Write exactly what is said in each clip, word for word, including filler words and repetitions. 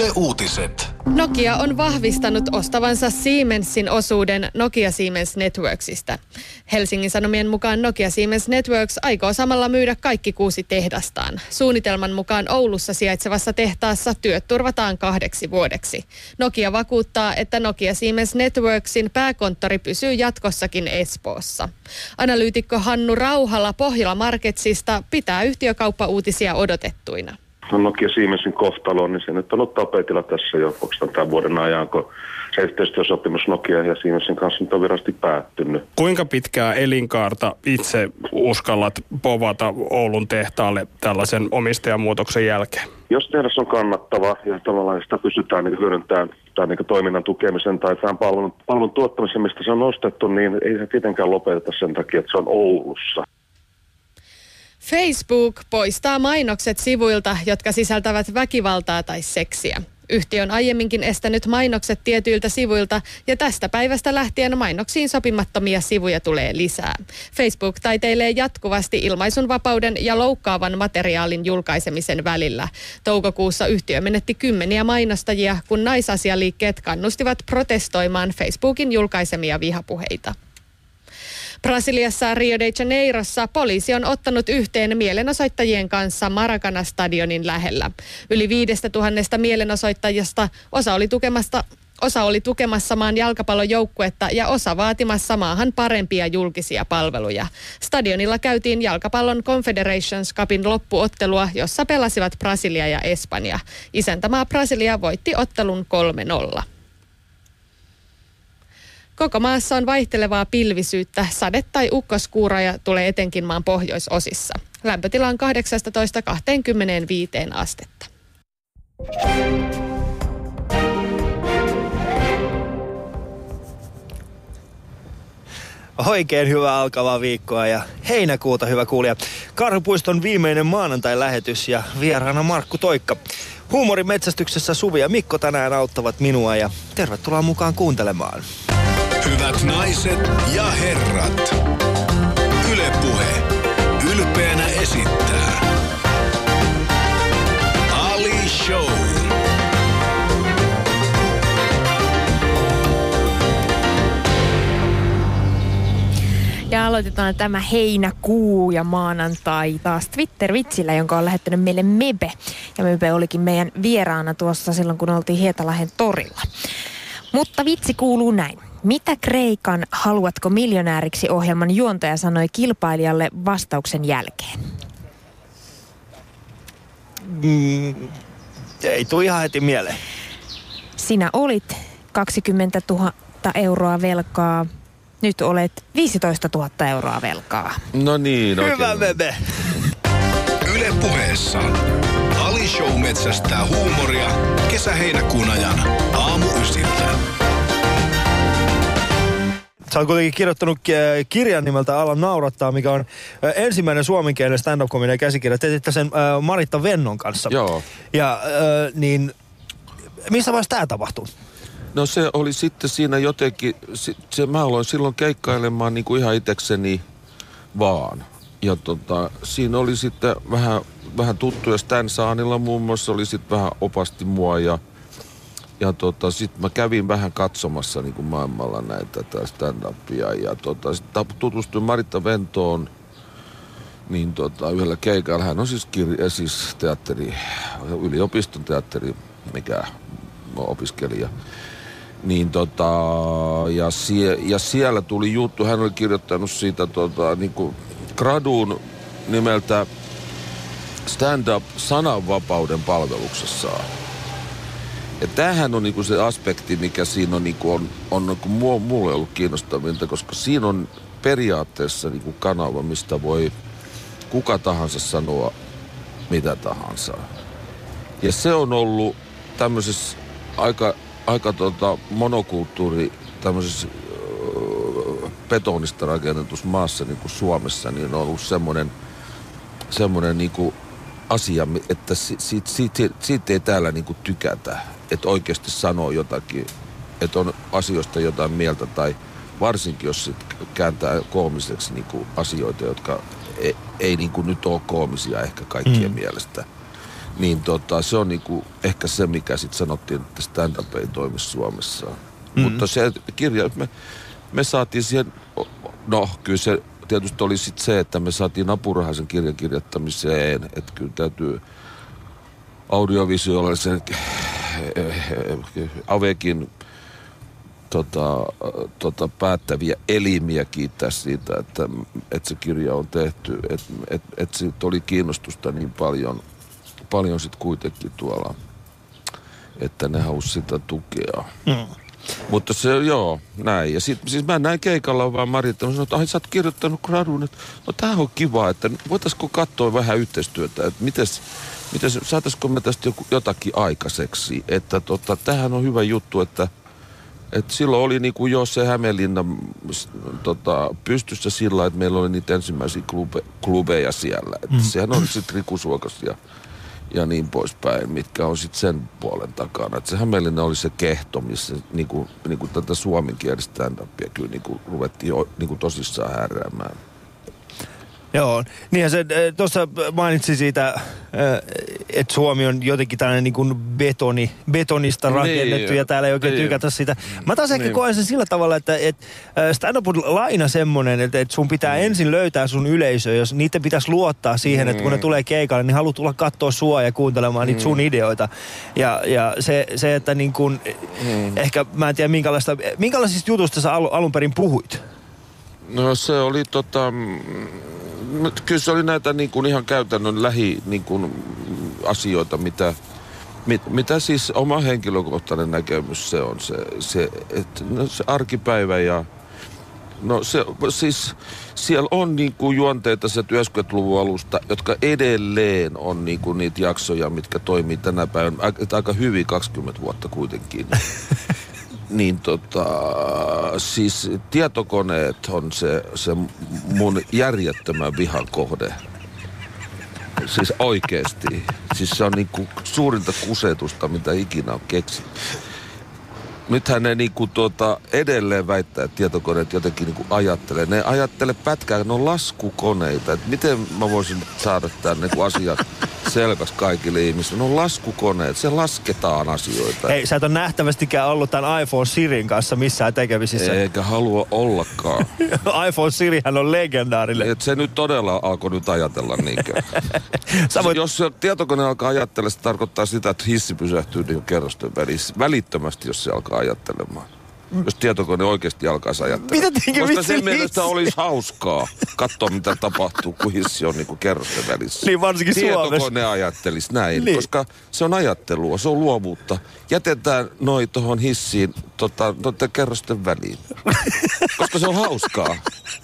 Yle Uutiset. Nokia on vahvistanut ostavansa Siemensin osuuden Nokia Siemens Networksista. Helsingin Sanomien mukaan Nokia Siemens Networks aikoo samalla myydä kaikki kuusi tehdastaan. Suunnitelman mukaan Oulussa sijaitsevassa tehtaassa työt turvataan kahdeksi vuodeksi. Nokia vakuuttaa, että Nokia Siemens Networksin pääkonttori pysyy jatkossakin Espoossa. Analyytikko Hannu Rauhala Pohjola Marketsista pitää yhtiökauppa-uutisia odotettuina. Nokia Siemensin kohtalo, niin se nyt on ollut tapetilla tässä jo oikeastaan tämän vuoden ajan, kun se yhteistyösopimus Nokia ja Siemensin kanssa nyt on virallisesti päättynyt. Kuinka pitkää elinkaarta itse uskallat povata Oulun tehtaalle tällaisen omistajamuutoksen jälkeen? Jos tehdas on kannattava ja tavallaan sitä pystytään niin hyödyntämään tämän niin toiminnan tukemisen tai tämän palvelun, palvelun tuottamisen, mistä se on nostettu, niin ei se tietenkään lopeteta sen takia, että se on Oulussa. Facebook poistaa mainokset sivuilta, jotka sisältävät väkivaltaa tai seksiä. Yhtiö on aiemminkin estänyt mainokset tietyiltä sivuilta ja tästä päivästä lähtien mainoksiin sopimattomia sivuja tulee lisää. Facebook taiteilee jatkuvasti ilmaisunvapauden ja loukkaavan materiaalin julkaisemisen välillä. Toukokuussa yhtiö menetti kymmeniä mainostajia, kun naisasialiikkeet kannustivat protestoimaan Facebookin julkaisemia vihapuheita. Brasiliassa Rio de Janeirossa poliisi on ottanut yhteen mielenosoittajien kanssa Maracana-stadionin lähellä. Yli viidestä tuhannesta mielenosoittajasta osa oli tukemassa, osa oli tukemassa maan jalkapallojoukkuetta ja osa vaatimassa maahan parempia julkisia palveluja. Stadionilla käytiin jalkapallon Confederations Cupin loppuottelua, jossa pelasivat Brasilia ja Espanja. Isäntämaa Brasilia voitti ottelun kolme nolla. Koko maassa on vaihtelevaa pilvisyyttä. Sade- tai ukkoskuuroja tulee etenkin maan pohjoisosissa. Lämpötila on kahdeksasta kaksikymmentäviisi astetta. Oikein hyvää alkavaa viikkoa ja heinäkuuta, hyvä kuulija. Karhupuiston viimeinen maanantai-lähetys ja vieraana Markku Toikka. Huumorimetsästyksessä Suvi ja Mikko tänään auttavat minua ja tervetuloa mukaan kuuntelemaan. Hyvät naiset ja herrat, Yle Puhe ylpeänä esittää Ali Show. Ja aloitetaan tämä heinäkuu ja maanantai taas Twitter-vitsillä, jonka on lähettänyt meille Mebe. Ja Mebe olikin meidän vieraana tuossa silloin, kun oltiin Hietalahden torilla. Mutta vitsi kuuluu näin. Mitä Kreikan Haluatko miljonääriksi -ohjelman juontaja sanoi kilpailijalle vastauksen jälkeen? Mm, ei tule ihan heti mieleen. Sinä olit kaksikymmentätuhatta euroa velkaa. Nyt olet viisitoistatuhatta euroa velkaa. No niin, oikein. Hyvä Mebe. Yle Puheessa Ali Show metsästää huumoria kesä-heinäkuun ajan aamu ysiltä. Sä oot kuitenkin kirjoittanut kirjan nimeltä Ala naurattaa, mikä on ensimmäinen suomenkielinen stand-up-komedian käsikirja. Teetitte sen Maritta Vennon kanssa. Joo. Ja niin, missä vaiheessa tää tapahtuu? No se oli sitten siinä jotenkin, se, se, mä aloin silloin keikkailemaan niin kuin ihan itsekseni vaan. Ja tota, siinä oli sitten vähän, vähän tuttuja. Stan Saanilla muun muassa oli sitten vähän opasti mua ja Ja tota, sitten mä kävin vähän katsomassa niin kuin maailmalla näitä stand-upia ja tota, sitten tutustuin Maritta Ventoon niin tota, yhdellä keikalla. Hän on siis, kirja, siis teatteri, yliopiston teatteri, mikä on opiskelija. Niin tota, ja, sie, ja siellä tuli juttu, hän oli kirjoittanut siitä tota, niin kuin graduun nimeltä stand-up sananvapauden palveluksessaan. Ja tämähän on niinku se aspekti, mikä siinä on, niinku on, on niinku mulle ollut kiinnostavinta, koska siinä on periaatteessa niinku kanava, mistä voi kuka tahansa sanoa mitä tahansa. Ja se on ollut tämmöisessä aika, aika tota monokulttuuri, tämmöisessä öö, betonista rakennetussa maassa niin kuin Suomessa, niin on ollut semmoinen, semmoinen niinku asia, että siitä, siitä, siitä ei täällä niinku tykätä. Että oikeasti sanoo jotakin, että on asioista jotain mieltä tai varsinkin jos sit kääntää koomiseksi niinku asioita, jotka ei, ei niinku nyt ole koomisia ehkä kaikkien mm. mielestä. Niin tota, se on niinku ehkä se, mikä sitten sanottiin, että stand-up ei toimi Suomessa. Mm-hmm. Mutta se kirja, me, me saatiin siihen, no kyllä se tietysti oli sitten se, että me saatiin apurahaa sen kirjan kirjoittamiseen, että kyllä täytyy audiovisuaalisen Avekin tota, tota, päättäviä elimiä kiittää siitä, että, että se kirja on tehty, että et, et siitä oli kiinnostusta niin paljon, paljon sitten kuitenkin tuolla, että ne halusi sitä tukea. Mm. Mutta se, joo, näin. Ja sit, siis mä näin keikalla vaan Marita, mä sanoin, että ai sä oot kirjoittanut gradun, että no tämähän on kiva, että voitaisko katsoa vähän yhteistyötä, että mites, mites saataisiko me tästä joku, jotakin aikaiseksi, että tota, tämähän on hyvä juttu, että et silloin oli niinku jo se Hämeenlinna tota, pystyssä sillä, että meillä oli niitä ensimmäisiä klube, klubeja siellä, että mm. sehän on sitten Rikusuokas ja ja niin poispäin, mitkä on sitten sen puolen takana. Että se Hämeenlinna oli se kehto, missä niinku, niinku tätä suomenkielistä stand-upia kyllä niinku ruvettiin jo, niinku tosissaan häräämään. Joo, niinhän se tuossa mainitsi siitä, että Suomi on jotenkin tällainen niin kuin betoni, betonista rakennettu niin, ja täällä ei oikein niin, tykätä sitä. Mä taas ehkä niin. koen sen sillä tavalla, että, että stand-up on laina semmoinen, että, että sun pitää mm. ensin löytää sun yleisö, jos niitä pitäisi luottaa siihen, mm. että kun ne tulee keikalle, niin haluat tulla katsoa sua ja kuuntelemaan mm. niitä sun ideoita. Ja, ja se, se, että niin kuin, mm. ehkä mä en tiedä minkälaista, minkälaisista jutusta sä al, alun perin puhuit? No se oli tota... Kyllä se oli näitä niin kuin ihan käytännön lähi niin kuin, asioita, mitä, mit, mitä siis oma henkilökohtainen näkemys se on. Se, se, et, no, se arkipäivä ja no se siis siellä on niin kuin juonteita se yhdeksänkymmentäluvun alusta, jotka edelleen on niin kuin niitä jaksoja, mitkä toimii tänä päivänä aika hyvin kaksikymmentä vuotta kuitenkin. Niin tota, siis tietokoneet on se, se mun järjettömän vihan kohde. Siis oikeesti. Siis se on niinku suurinta kusetusta, mitä ikinä on keksitty. Nythän ne niinku tuota edelleen väittää, että tietokoneet jotenkin niinku ajattelee. Ne ajattelee pätkää, ne on laskukoneita. Et miten mä voisin saada tämän niinku asian selväksi kaikille ihmisille? Ne on laskukoneet, se lasketaan asioita. Hei, sä et ole nähtävästikään ollut tämän iPhone Sirin kanssa missään tekemisissä. Eikä halua ollakaan. iPhone Sirihän on legendaarinen. Et se nyt todella alkoi nyt ajatella niinkään. voit... Jos tietokone alkaa ajatella, se tarkoittaa sitä, että hissi pysähtyy niin kerrosten välissä. Välittömästi, jos se alkaa ajattelemaan. Jos tietokone oikeasti alkaisi ajattelemaan. Koska sen mielestä olisi hauskaa katsoa, mitä tapahtuu, kun hissi on niin kerrosten välissä. Niin varsinkin Suomessa. Tietokone ajattelisi näin, niin. Koska se on ajattelua, se on luovuutta. Jätetään noi tohon hissiin tota, tota kerrosten väliin. Koska se on hauskaa.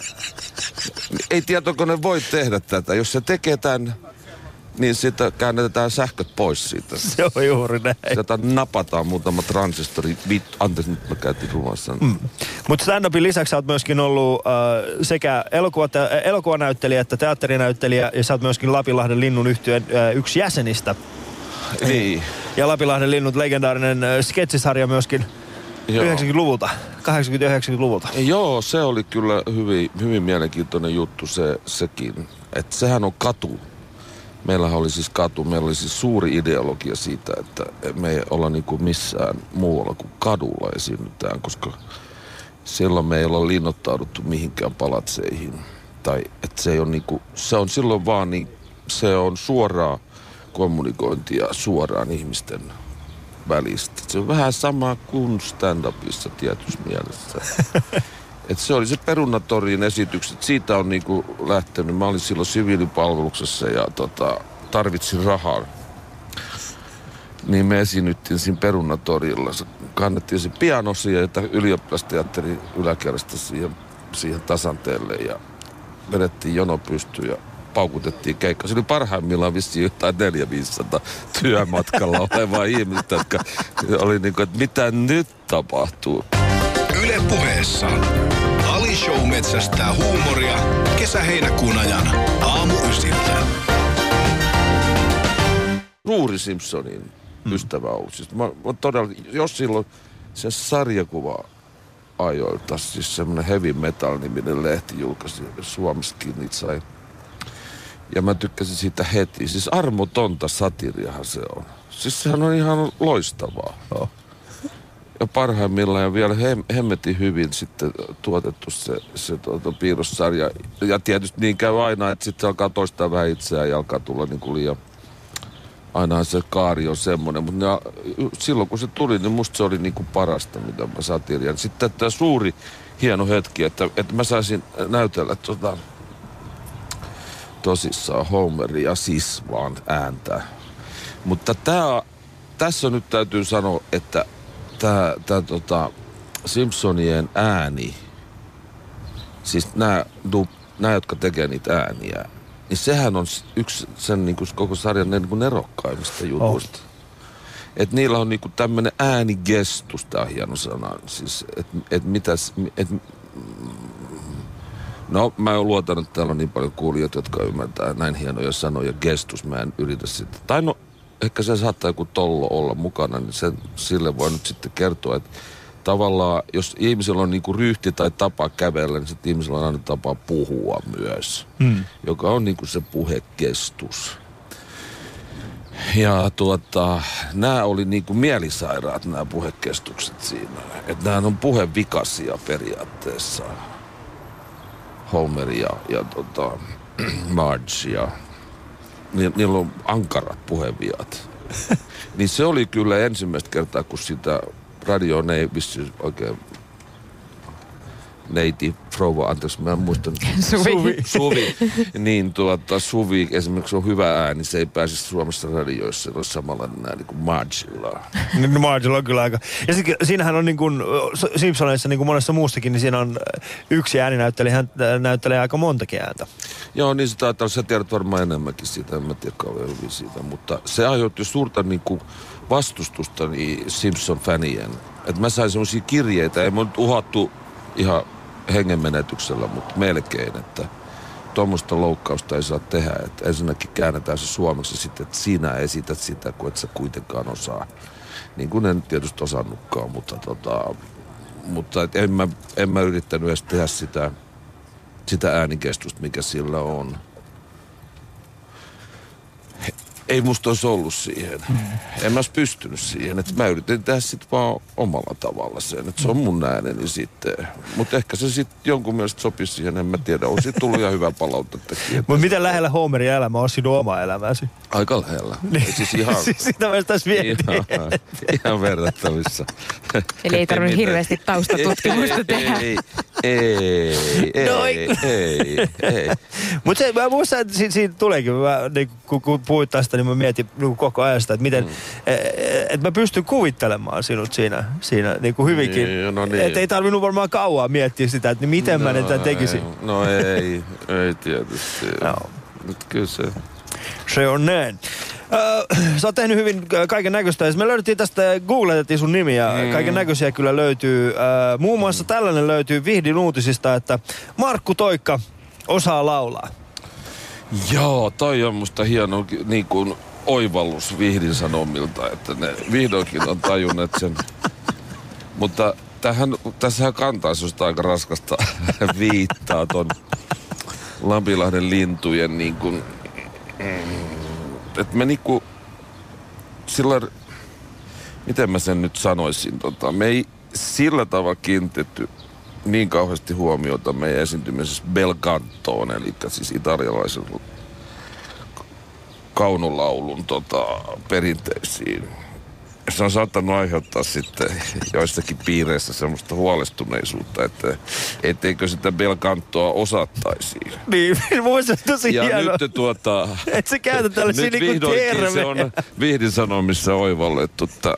Ei tietokone voi tehdä tätä. Jos se tekee tämän, niin sitten käännetään sähköt pois siitä. Se on juuri näin. Sieltä napataan muutama transistori. Anteeksi, nyt mä käytin rumassa. Mm. Mutta stand-upin lisäksi sä oot myöskin ollut äh, sekä elokuvat, äh, elokuvanäyttelijä että teatterinäyttelijä. Ja sä oot myöskin Lapinlahden linnun yhtyeen äh, yksi jäsenistä. Niin. Ja Lapinlahden linnut legendaarinen äh, sketsisarja myöskin Joo. yhdeksänkymmentäluvulta, kahdeksankymmentä- ja yhdeksänkymmentäluvulta. Joo, se oli kyllä hyvin, hyvin mielenkiintoinen juttu se, sekin. Että sehän on katu. Meillähän oli siis katu, meillä oli siis suuri ideologia siitä, että me ei olla niinku missään muualla kuin kadulla esiinnytään, koska silloin me ei olla linnoittauduttu mihinkään palatseihin. Tai että se ei ole niinku, se on silloin vaan niin, se on suoraa kommunikointia suoraan ihmisten välistä. Se on vähän sama kuin stand-upissa tietyssä mielessä. Että se oli se Perunatorin esitykset. Siitä on niinku lähtenyt. Mä olin silloin siviilipalveluksessa ja tota, tarvitsin rahaa. Niin me esiinnyttiin siinä Perunatorilla. Se kannettiin se piano sieltä ylioppilasteatterin yläkerrasta siihen, siihen tasanteelle ja vedettiin jono pystyyn ja paukutettiin keikka. Se oli parhaimmillaan vissiin jotain neljä viisisataa työmatkalla olevaa ihmistä, jotka oli niinku, että mitä nyt tapahtuu. Yle Puheessa Ali Show metsästää huumoria kesä-heinäkuun ajan aamu ysiltä. Rory Simpsonin mm. ystävä ollut. Siis mä, mä todella, jos silloin se sarjakuva ajoilta, siis semmoinen Heavy Metal-niminen lehti julkaisi Suomessakin, niitä sai Ja mä tykkäsin siitä heti. Siis armotonta satiriahan se on. Siis sehän on ihan loistavaa. Oh. Ja parhaimmillaan ja vielä hem, hemmetin hyvin sitten tuotettu se, se tuota, piirrossarja. Ja tietysti niin käy aina, että sitten se alkaa toistaa vähän itseään ja alkaa tulla niin kuin liian... Ainahan se kaari on semmoinen, mutta ne, silloin kun se tuli, niin musta se oli niin kuin parasta, mitä mä satiirian. Sitten tämä suuri hieno hetki, että, että mä saisin näytellä tota, tosissaan Homeria siis vaan ääntä. Mutta tää, tässä nyt täytyy sanoa, että tämä tää, tota, Simpsonien ääni, siis nämä, nämä, jotka tekee niitä ääniä, niin sehän on yksi sen niin kuin, koko sarjan niin kuin nerokkaimmista jutuista. Oh. Että niillä on niin kuin tämmöinen äänigestus, tämä on hieno sana. Siis, että et mitäs... Et, no, mä oon luotanut, että täällä on niin paljon kuulijoita, jotka ymmärtää näin hienoja sanoja. Gestus, mä en yritä sitä. Tai no, ehkä se saattaa joku tollo olla mukana, niin sen, sille voi nyt sitten kertoa, että tavallaan, jos ihmisellä on niinku ryhti tai tapa kävellä, niin sitten ihmisellä on aina tapa puhua myös, hmm. joka on niinku se puhegestus. Ja tuota, nämä oli niinku mielisairaat nämä puhekestukset siinä. Että nämä on puhevikasia periaatteessa. Homer ja, ja tota, Marge ja ni, niillä on ankarat puheviat. Niin se oli kyllä ensimmäistä kertaa, kun sitä radioon ei vissi oikein neiti, rouva, anteeksi, mä en muista. Suvi. Suvi. Niin tuota, Suvi esimerkiksi on hyvä ääni, se ei pääsisi Suomessa radioissa, se olisi samanlainen ääni kuin Margilla. No Margilla on kyllä aika. Ja sit, siinähän on niin kuin Simpsoneissa, niin kuin monessa muussakin, niin siinä on yksi ääninäyttelijä, hän näyttelee aika montakin ääntä. Joo, niin se taitaa, sä tiedät varmaan enemmänkin siitä, en mä tiedä kauhean hyvin siitä, mutta se aiheutti suurta niin kuin vastustusta niin Simpson-fänien. Että mä sain semmosia kirjeitä, ei mun nyt uhattu ihan hengenmenetyksellä, mutta melkein, että tuommoista loukkausta ei saa tehdä. Että ensinnäkin käännetään se suomeksi sitten, että sinä esität sitä, kun et sä kuitenkaan osaa. Niin kuin en tietysti osannutkaan, mutta, tota, mutta et en, mä, en mä yrittänyt edes tehdä sitä, sitä äänigestusta, mikä sillä on. Ei musta olisi ollut siihen. Mm. En mä olisi pystynyt siihen. Että mä yritin tehdä sitten vaan omalla tavalla sen. Että se on mun ääneni sitten. Mutta ehkä se sitten jonkun mielestä sopisi siihen. En mä tiedä. On siitä tullut ihan hyvä palautettakin. Mutta miten lähellä Homerin elämä on sinun oma elämäsi? Aika lähellä. Niin. Siis ihan... siis sitä mä tässä mietin. Ihan, ihan verrattavissa. Eli ei tarvitse hirveästi taustatutkimusta tehdä. Ei, ei, ei, no, ei, ei, ei. Mutta mä muistan, että siitä, siitä tuleekin. Mä, niin, kun, kun puhuit tästä, niin mä mietin niin koko ajan sitä, että miten, mm. että mä pystyn kuvittelemaan sinut siinä, siinä niin kuin hyvinkin. Niin, no niin. Että ei tarvinnut varmaan kauan miettiä sitä, että miten no, mä tätä tekisin. No ei, ei tietysti. No. Nyt kyllä se. Se on näin. Öö, sä oot tehnyt hyvin kaiken näköistä. Me löydettiin tästä, googletettiin sun nimi ja mm. kaiken näköisiä kyllä löytyy. Öö, muun muassa tällainen löytyy Vihdin uutisista, että Markku Toikka osaa laulaa. Joo, toi on musta hieno niin kuin oivallus Vihdin Sanomilta, että ne vihdoinkin on tajunneet sen. Mutta tähän, tässähän kantaa sellaista aika raskasta viittaa ton Lapinlahden lintujen niin kuin, että me niinku sillä, miten mä sen nyt sanoisin, tota, me ei sillä tavalla kiinnitetty niin kauheasti huomiota meidän esiintymisessä bel cantoon, eli siis italialaisen kaunolaulun tota, perinteisiin. Se on saattanut aiheuttaa sitten joissakin piireissä semmoista huolestuneisuutta, että etteikö sitä bel cantoa osattaisiin. Niin, mun se tosi ja hienoa. Ja nyt tuota... Et sä käytä tällaisia nyt niinku tervejä. Se on Vihdin Sanomissa oivallettu, että...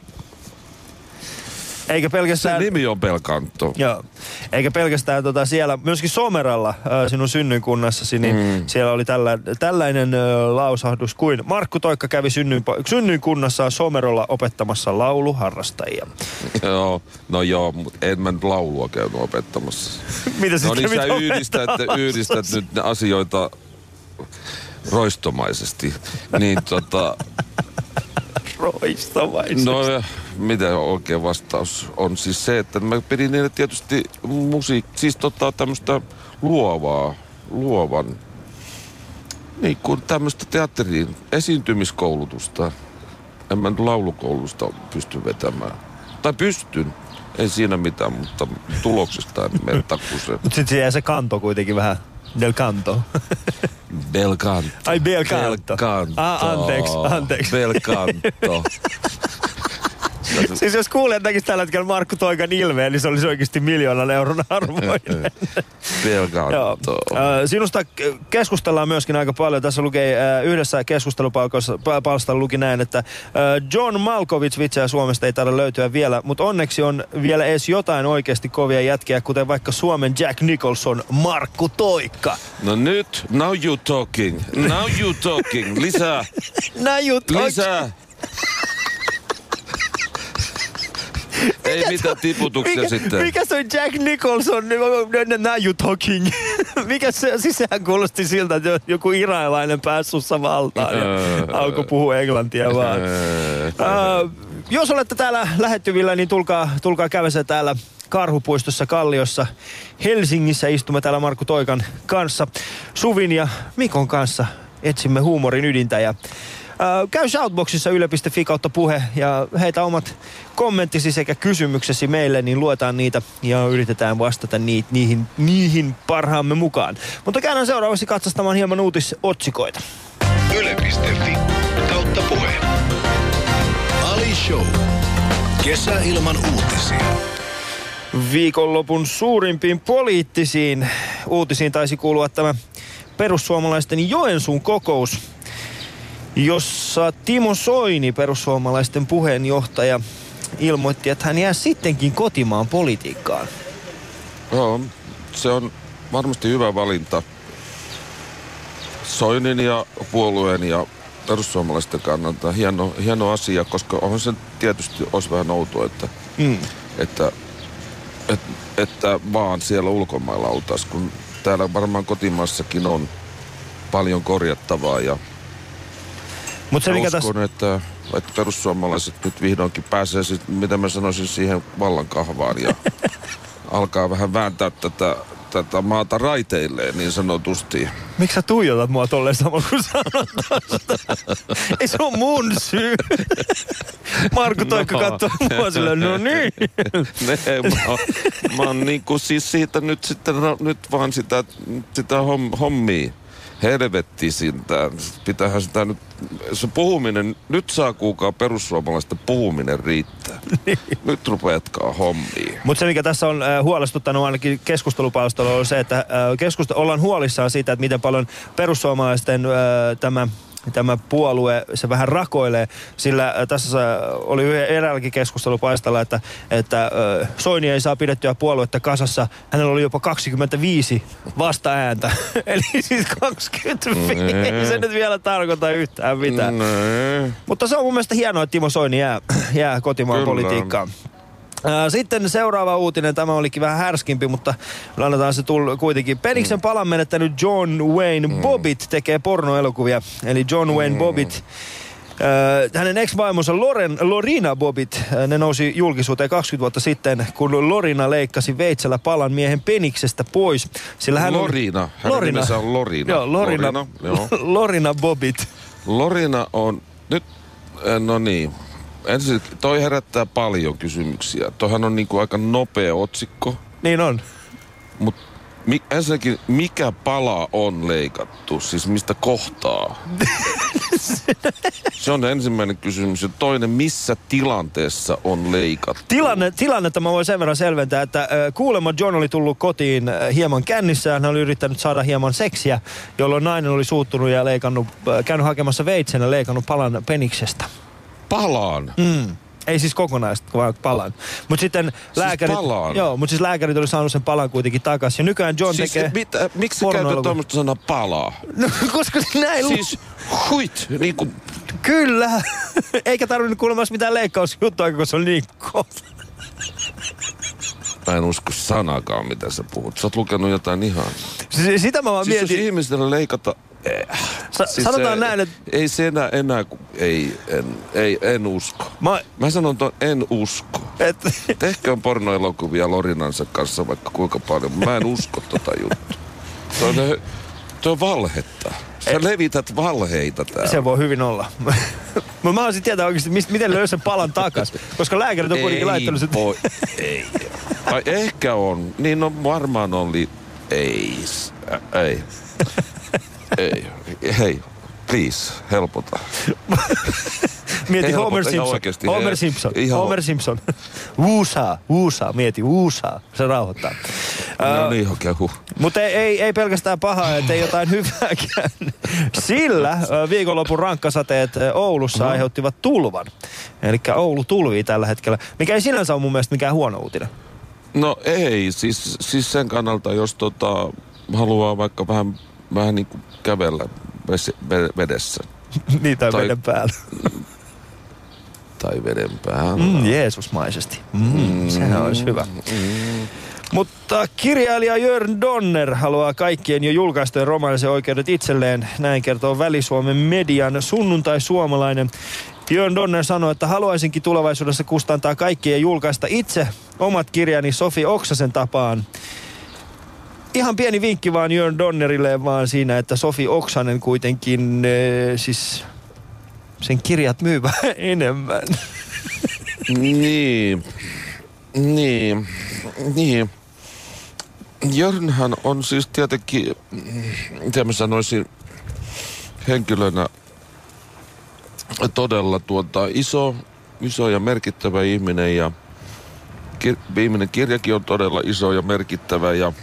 Eikä pelkästään... Se nimi on bel canto. Joo. Eikä pelkästään tota siellä, myöskin Someralla, äh, sinun synnyinkunnassasi, niin mm. siellä oli tällä, tällainen äh, lausahdus kuin Markku Toikka kävi synnyin, synnyinkunnassaan Someralla opettamassa lauluharrastajia. Joo, no joo, mutta en mä nyt laulua käynyt opettamassa. Mitä sä no niin, kävit sä yhdistät, yhdistät nyt ne asioita roistomaisesti. Niin tota... roistomaisesti? No mitä oikea vastaus on siis se, että mä pidin niille tietysti musiikki, siis tota tämmöistä luovaa, luovan Niin kuin tämmöistä teatteriin esiintymiskoulutusta. En mä nyt laulukoulusta pysty vetämään. Tai pystyn. Ei siinä mitään, mutta tuloksesta en mene takuuseen. Mutta sitten jää se kanto kuitenkin vähän. Del canto. Bel canto. Ai bel canto. Bel canto. Ah, anteeksi, anteeksi. Bel canto. Siis jos kuulijat näkisi tällä hetkellä Markku Toikan ilmeen, niin se olisi oikeasti miljoonan euron arvoinen. Bel canto. Sinusta keskustellaan myöskin aika paljon. Tässä lukee yhdessä keskustelupalstalla luki näin, että John Malkovich vitsejä Suomesta ei taida löytyä vielä, mutta onneksi on vielä edes jotain oikeasti kovia jätkiä, kuten vaikka Suomen Jack Nicholson, Markku Toikka. No nyt, now you talking. Now you talking. Lisää. Now you talking. Lisää. Ei mikä mitään tiputuksia mikä, sitten. Mikä se on Jack Nicholson? Now you talking. Mikä se, siis sehän kuulosti siltä, että joku iranilainen pääsi sussa valtaan ja alkoi puhua englantia vaan. uh, jos olette täällä lähettyvillä, niin tulkaa, tulkaa käydä täällä Karhupuistossa Kalliossa. Helsingissä istumme täällä Markku Toikan kanssa. Suvin ja Mikon kanssa etsimme huumorin ydintä ja Uh, käy Shoutboxissa yle piste fi kautta puhe ja heitä omat kommenttisi sekä kysymyksesi meille, niin luetaan niitä ja yritetään vastata niit, niihin, niihin parhaamme mukaan. Mutta käydään seuraavaksi katsastamaan hieman uutisotsikoita. yle piste fi kautta puhe. Ali Show. Kesä ilman uutisia. Viikonlopun suurimpiin poliittisiin uutisiin taisi kuulua tämä perussuomalaisten Joensuun kokous, jossa Timo Soini, perussuomalaisten puheenjohtaja, ilmoitti, että hän jää sittenkin kotimaan politiikkaan. Joo, se on varmasti hyvä valinta Soinin ja puolueen ja perussuomalaisten kannalta. Hieno, hieno asia, koska onhan se tietysti olisi vähän outoa, että, mm. että, että, että vaan siellä ulkomailla oltaisiin, kun täällä varmaan kotimaassakin on paljon korjattavaa ja Mut se, mikä uskon, täs... että, että perussuomalaiset nyt vihdoinkin pääsee, sit, mitä mä sanoisin, siihen vallankahvaan ja alkaa vähän vääntää tätä, tätä maata raiteilleen niin sanotusti. Miksi sä tuijotat mua tolleen samalla kun sanot tosta? Ei se on mun syy. Markku Toikka no, katsoo mua silleen, no niin. Ne, mä, oon, mä oon niinku siis siitä nyt sitten, nyt vaan sitä, sitä hommia. Helvetti sintään. Pitäähän sitä nyt, se puhuminen, nyt saa kuukaa perussuomalaisten puhuminen riittää. Niin. Nyt rupeatkaa hommiin. Mutta se, mikä tässä on äh, huolestuttanut ainakin keskustelupalstalla, on se, että äh, keskustelu, ollaan huolissaan siitä, että miten paljon perussuomalaisten äh, tämä... Tämä puolue, se vähän rakoilee, sillä äh, tässä oli eräälläkin keskustelupaistalla, että, että äh, Soini ei saa pidettyä puoluetta kasassa. Hänellä oli jopa kaksikymmentäviisi vasta-ääntä. Eli siis kaksikymmentäviisi, ei se nyt vielä tarkoita yhtään mitään. Nee. Mutta se on mun mielestä hienoa, että Timo Soini jää, jää kotimaan Kyllä. politiikkaan. Sitten seuraava uutinen, tämä olikin vähän härskimpi, mutta annetaan se tulla kuitenkin. Peniksen palan menettänyt John Wayne Bobbitt tekee pornoelokuvia. Eli John Wayne Bobbitt, äh, hänen ex-vaimonsa Loren, Lorina Bobbitt, äh, ne nousi julkisuuteen kaksikymmentä vuotta sitten, kun Lorina leikkasi veitsellä palan miehen peniksestä pois. Sillä hän Lorina, hänen Lorina. nimensä on Lorina. Joo, Lorina, Lorina, joo. Lorina Bobbitt. Lorina on, nyt, no niin. Ensin toi herättää paljon kysymyksiä. Toihan on niinku aika nopea otsikko. Niin on. Mut mi, ensinnäkin, mikä pala on leikattu? Siis mistä kohtaa? Se on ensimmäinen kysymys. Ja toinen, missä tilanteessa on leikattu? Tilanne, tilannetta mä voin sen verran selventää, että äh, kuulemma John oli tullut kotiin äh, hieman kännissä. Hän oli yrittänyt saada hieman seksiä, jolloin nainen oli suuttunut ja leikannut, äh, käynyt hakemassa veitsen ja leikannut palan peniksestä. Palaan? Mm. Ei siis kokonaista, vaan palan. Mutta sitten lääkärit... Siis palaan? Joo, mutta siis lääkärit oli saanut sen palan kuitenkin takaisin. Ja nykyään John siis tekee... Mitä, miksi sä käytät tuommoista sanaa palaa? No, koska näin... Siis huit, niin kuin... Kyllä. Eikä tarvinnut kuulemassa mitään leikkausjuttua, kun se on niin kova. Mä en usko sanakaan, mitä sä puhut. Sä oot lukenut jotain ihan... S- sitä mä vaan siis mietin... jos ihmisellä leikata... Eh, Sa- siis sanotaan se, näin, että... Ei se enää, enää ei, en, ei, en usko. Mä, Mä sanon ton, en usko. Et... Tehkää pornoelokuvia Lorinansa kanssa vaikka kuinka paljon. Mä en usko tota juttua. Toi on, toi on valhetta. Sä levität valheita täällä. Se voi hyvin olla. Mä haluaisin tietää oikeasti, miten löy sen palan takas. Koska lääkärit on kuitenkin laittanut sen. Voi, ei. Tai ehkä on. Niin on varmaan oli. Ei. Ei. Ei. Hei. Please, helpota. Mieti Helpota, Homer Simpson. Oikeasti, Homer he, Simpson. Ihan... Homer Simpson. Wuusaa, wuusaa, mieti, wuusaa. Se rauhoittaa. No uh, niin, okei, okay, huh. Mutta ei, ei, ei pelkästään pahaa, ettei jotain hyvääkään. Sillä uh, viikonlopun rankkasateet uh, Oulussa no. aiheuttivat tulvan. Eli Oulu tulvii tällä hetkellä, mikä ei sinänsä ole mun mielestä mikään huono uutinen. No ei, siis, siis sen kannalta, jos tota, haluaa vaikka vähän, vähän niin kuin kävellä vedessä. Niin, tai, tai veden päällä. Tai veden päällä. Mm, Jeesusmaisesti. Mm, mm, sehän olisi hyvä. Mm. Mutta kirjailija Jörn Donner haluaa kaikkien jo julkaistujen romaanisen oikeudet itselleen. Näin kertoo Väli-Suomen median sunnuntai-suomalainen. Jörn Donner sanoi, että haluaisinkin tulevaisuudessa kustantaa kaikkien julkaista itse omat kirjani Sofi Oksasen tapaan. Ihan pieni vinkki vaan Jörn Donnerille vaan siinä, että Sofi Oksanen kuitenkin, ee, siis sen kirjat myy vähän enemmän. Niin, niin, niin. Jörnhän on siis tietenkin, mitä mä sanoisin, henkilönä todella tuota iso, iso ja merkittävä ihminen ja kir- viimeinen kirjakin on todella iso ja merkittävä ja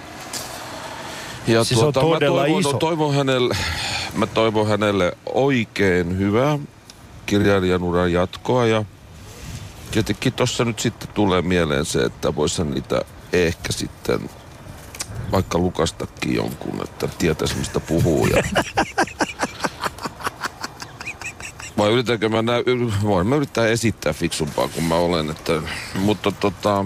Ja siis tuota, on todella mä toivon, iso. Toivon hänelle, mä toivon hänelle oikein hyvää kirjailijan uran jatkoa ja tietenkin tossa nyt sitten tulee mieleen se, että voisihan niitä ehkä sitten vaikka lukastakin jonkun, että tietäisi mistä puhuu. Ja vai yritänkö mä nää, voin mä yrittää esittää fiksumpaa kuin mä olen, että, mutta tota,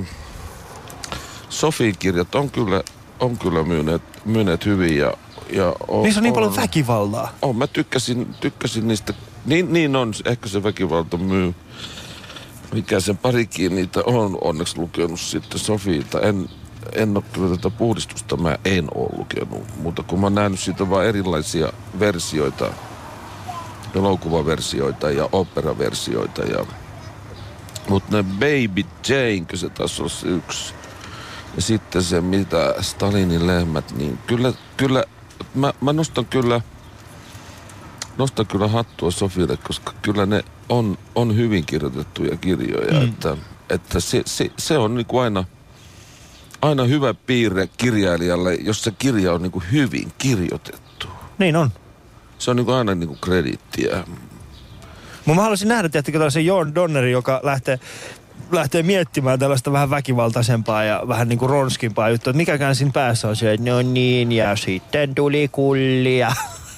Sofin kirjat on kyllä, on kyllä myyneet, myyneet hyvin ja, ja on, niissä on niin on, paljon väkivaltaa. On, mä tykkäsin, tykkäsin niistä, niin, niin on, ehkä se väkivalta myy, mikä sen parikin niitä on onneksi lukenut sitten Sofilta. En, en ole kyllä tätä puhdistusta, mä en ole lukenut, mutta kun mä oon nähnyt siitä vaan erilaisia versioita, elokuvaversioita ja operaversioita ja mutta ne Baby Jane, kun se taisi olla se yksi. Ja sitten se, mitä Stalinin lehmät, niin kyllä, kyllä mä, mä nostan kyllä, nostan kyllä hattua Sofille, koska kyllä ne on, on hyvin kirjoitettuja kirjoja. Mm. Että, että se, se, se on niin kuin aina, aina hyvä piirre kirjailijalle, jos se kirja on niin kuin hyvin kirjoitettu. Niin on. Se on niin kuin aina niin kuin krediittiä. Mä haluaisin nähdä, tiettikö tällaisen Jörn Donnerin, joka lähtee, lähtee miettimään tällaista vähän väkivaltaisempaa ja vähän niin kuin ronskimpaa juttua. Että mikäkään siinä päässä on se, että no niin, ja sitten tuli kullia.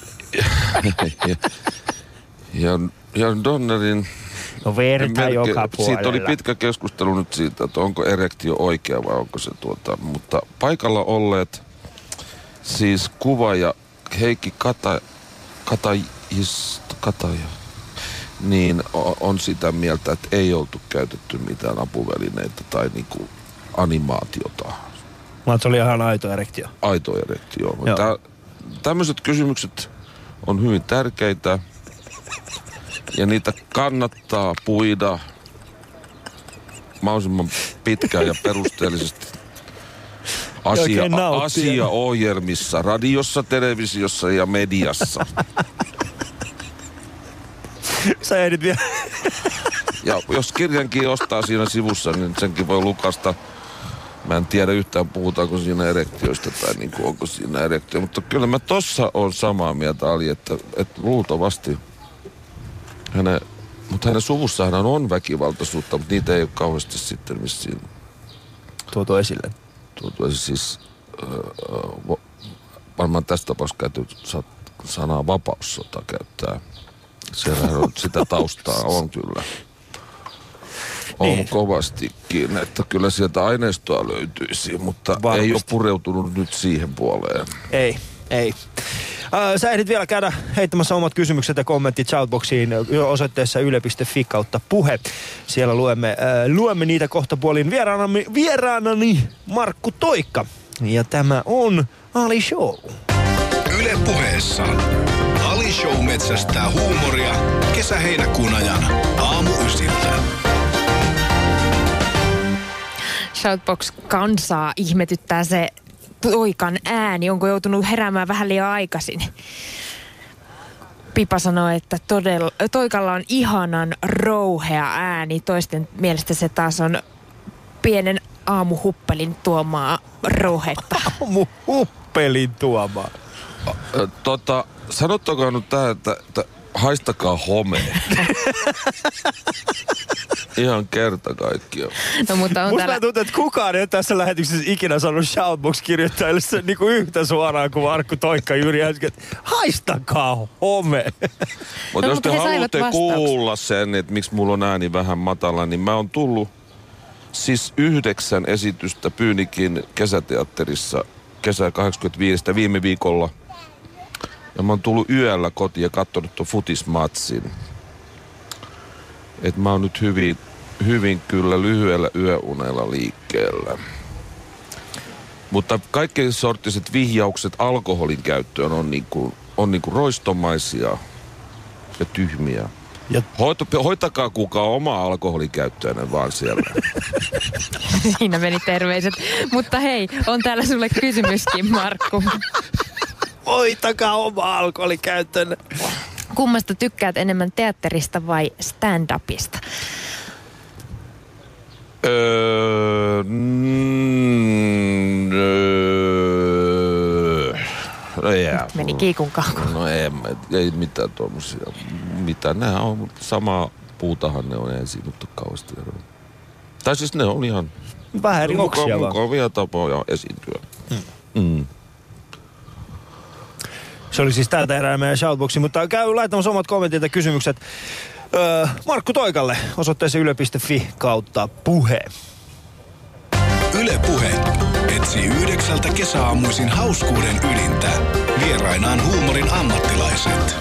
ja, ja, ja Donnerin... No verta melkein, joka puolella. Siitä oli pitkä keskustelu nyt siitä, että onko erektio oikea vai onko se tuota... Mutta paikalla olleet siis kuvaaja Heikki Kata, Katajis, Kataja... niin on sitä mieltä, että ei oltu käytetty mitään apuvälineitä tai niinku animaatiota. Vaan se oli ihan aito erektio. Aito erektio. Tämmöiset kysymykset on hyvin tärkeitä ja niitä kannattaa puida mahdollisimman pitkään ja perusteellisesti asia, asiaohjelmissa, radiossa, televisiossa ja mediassa. Sä ehdit vielä. Ja jos kirjankin ostaa siinä sivussa, niin senkin voi lukasta. Mä en tiedä yhtään, puhutaanko siinä erektioista tai niin kuin onko siinä erektio. Mutta kyllä mä tossa on samaa mieltä, Ali, että, että luultavasti hänen, mutta hänen suvussahan on väkivaltaisuutta, mutta niitä ei ole kauheasti sitten missiin tuotu esille. Tuotu esille siis, äh, varmaan tässä tapauksessa käyty sanaa vapaussota käyttää. Siellä on sitä taustaa on kyllä. On niin. Kovastikin, että kyllä sieltä aineistoa löytyisi, mutta varmasti ei ole pureutunut nyt siihen puoleen. Ei, ei. Äh, sä ehdit vielä käydä heittämässä omat kysymykset ja kommentit shoutboxiin osoitteessa yle piste fi kautta puhe. Siellä luemme, äh, luemme niitä kohtapuoliin. Vieraanani, vieraanani Markku Toikka. Ja tämä on Ali Show. Yle Yle Puheessa. Ali Show metsästää huumoria kesä-heinäkuun ajan aamu ysiltä. Shoutbox-kansaa ihmetyttää se Toikan ääni. Onko joutunut heräämään vähän liian aikaisin? Pipa sanoi, että todella, Toikalla on ihanan rouhea ääni. Toisten mielestä se taas on pienen aamuhuppelin tuomaa rouhetta. Aamuhuppelin tuomaa. Tota, sanottakaa nyt tää, että, että haistakaa homea. Ihan kerta kaikkiaan. No, mutta on Musta täällä... tuntuu, että kukaan ei tässä lähetyksessä ikinä sanonut Shoutbox-kirjoittajille se niinku yhtä suoraan kuin Markku Toikka juuri äsken. Haistakaa home! Mutta No, jos mutta te he saivat haluatte vastauksen. kuulla sen, että miksi mulla on ääni vähän matala, niin mä oon tullut siis yhdeksän esitystä Pyynikin kesäteatterissa kesä kahdeksankymmentäviisi viime viikolla. Ja mä oon tullut yöllä kotiin ja katsonut tuon futismatsin. Et mä oon nyt hyvin, hyvin kyllä lyhyellä yöunella liikkeellä. Mutta kaikkein sorttiset vihjaukset alkoholin käyttöön on niinku, on niinku roistomaisia ja tyhmiä. Ja... Hoito, hoitakaa kukaan oma alkoholikäyttöinen vaan siellä. Siinä meni terveiset. Mutta hei, on täällä sulle kysymyskin, Markku. Hoitakaa oma alkoholikäyttönne. Kummasta tykkäät enemmän, teatterista vai stand-upista? Öö, mm, öö, no jää. Nyt meni kiikun kaakun. No ei, ei mitään tuommoisia. Mitä nämä on, mutta samaa puutahan ne on ensin, mutta kauheasti eroa. Tai siis ne on ihan Vähän eri oksia vaan. mukavia tapoja esiintyä. Mm. Mm. Se oli siis tältä erää meidän Shoutboxi, mutta käy laittamassa omat kommentit ja kysymykset öö, Markku Toikalle osoitteeseen yle piste fi kautta puhe. Yle Puhe etsii yhdeksältä kesäaamuisin hauskuuden ydintä. Vierainaan huumorin ammattilaiset.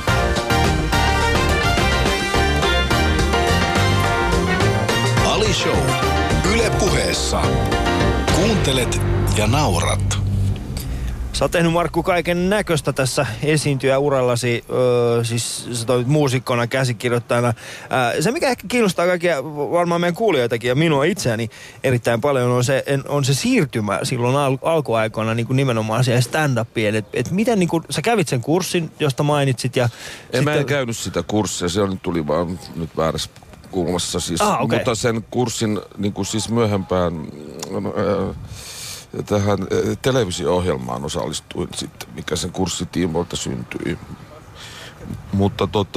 Ali Show. Yle Puheessa. Kuuntelet ja naurat. Sä oot tehnyt, Markku, kaiken näköistä tässä esiintyjäurallasi, öö, siis sä toimit muusikkona, käsikirjoittajana. Ää, se, mikä ehkä kiinnostaa kaikkia, varmaan meidän kuulijoitakin ja minua itseäni erittäin paljon, on se, on se siirtymä silloin al- alkuaikoina niin kuin nimenomaan siihen stand-upiin. Että et miten niin kuin, sä kävit sen kurssin, josta mainitsit. Ja en sitten... mä en käynyt sitä kurssia, se on, tuli vaan nyt väärässä kulmassa. Siis, ah, okay. Mutta sen kurssin niin kuin siis myöhempään... Äh, tähän televisio-ohjelmaan osallistuin sitten, mikä sen kurssitiimoilta syntyi. Mutta tota,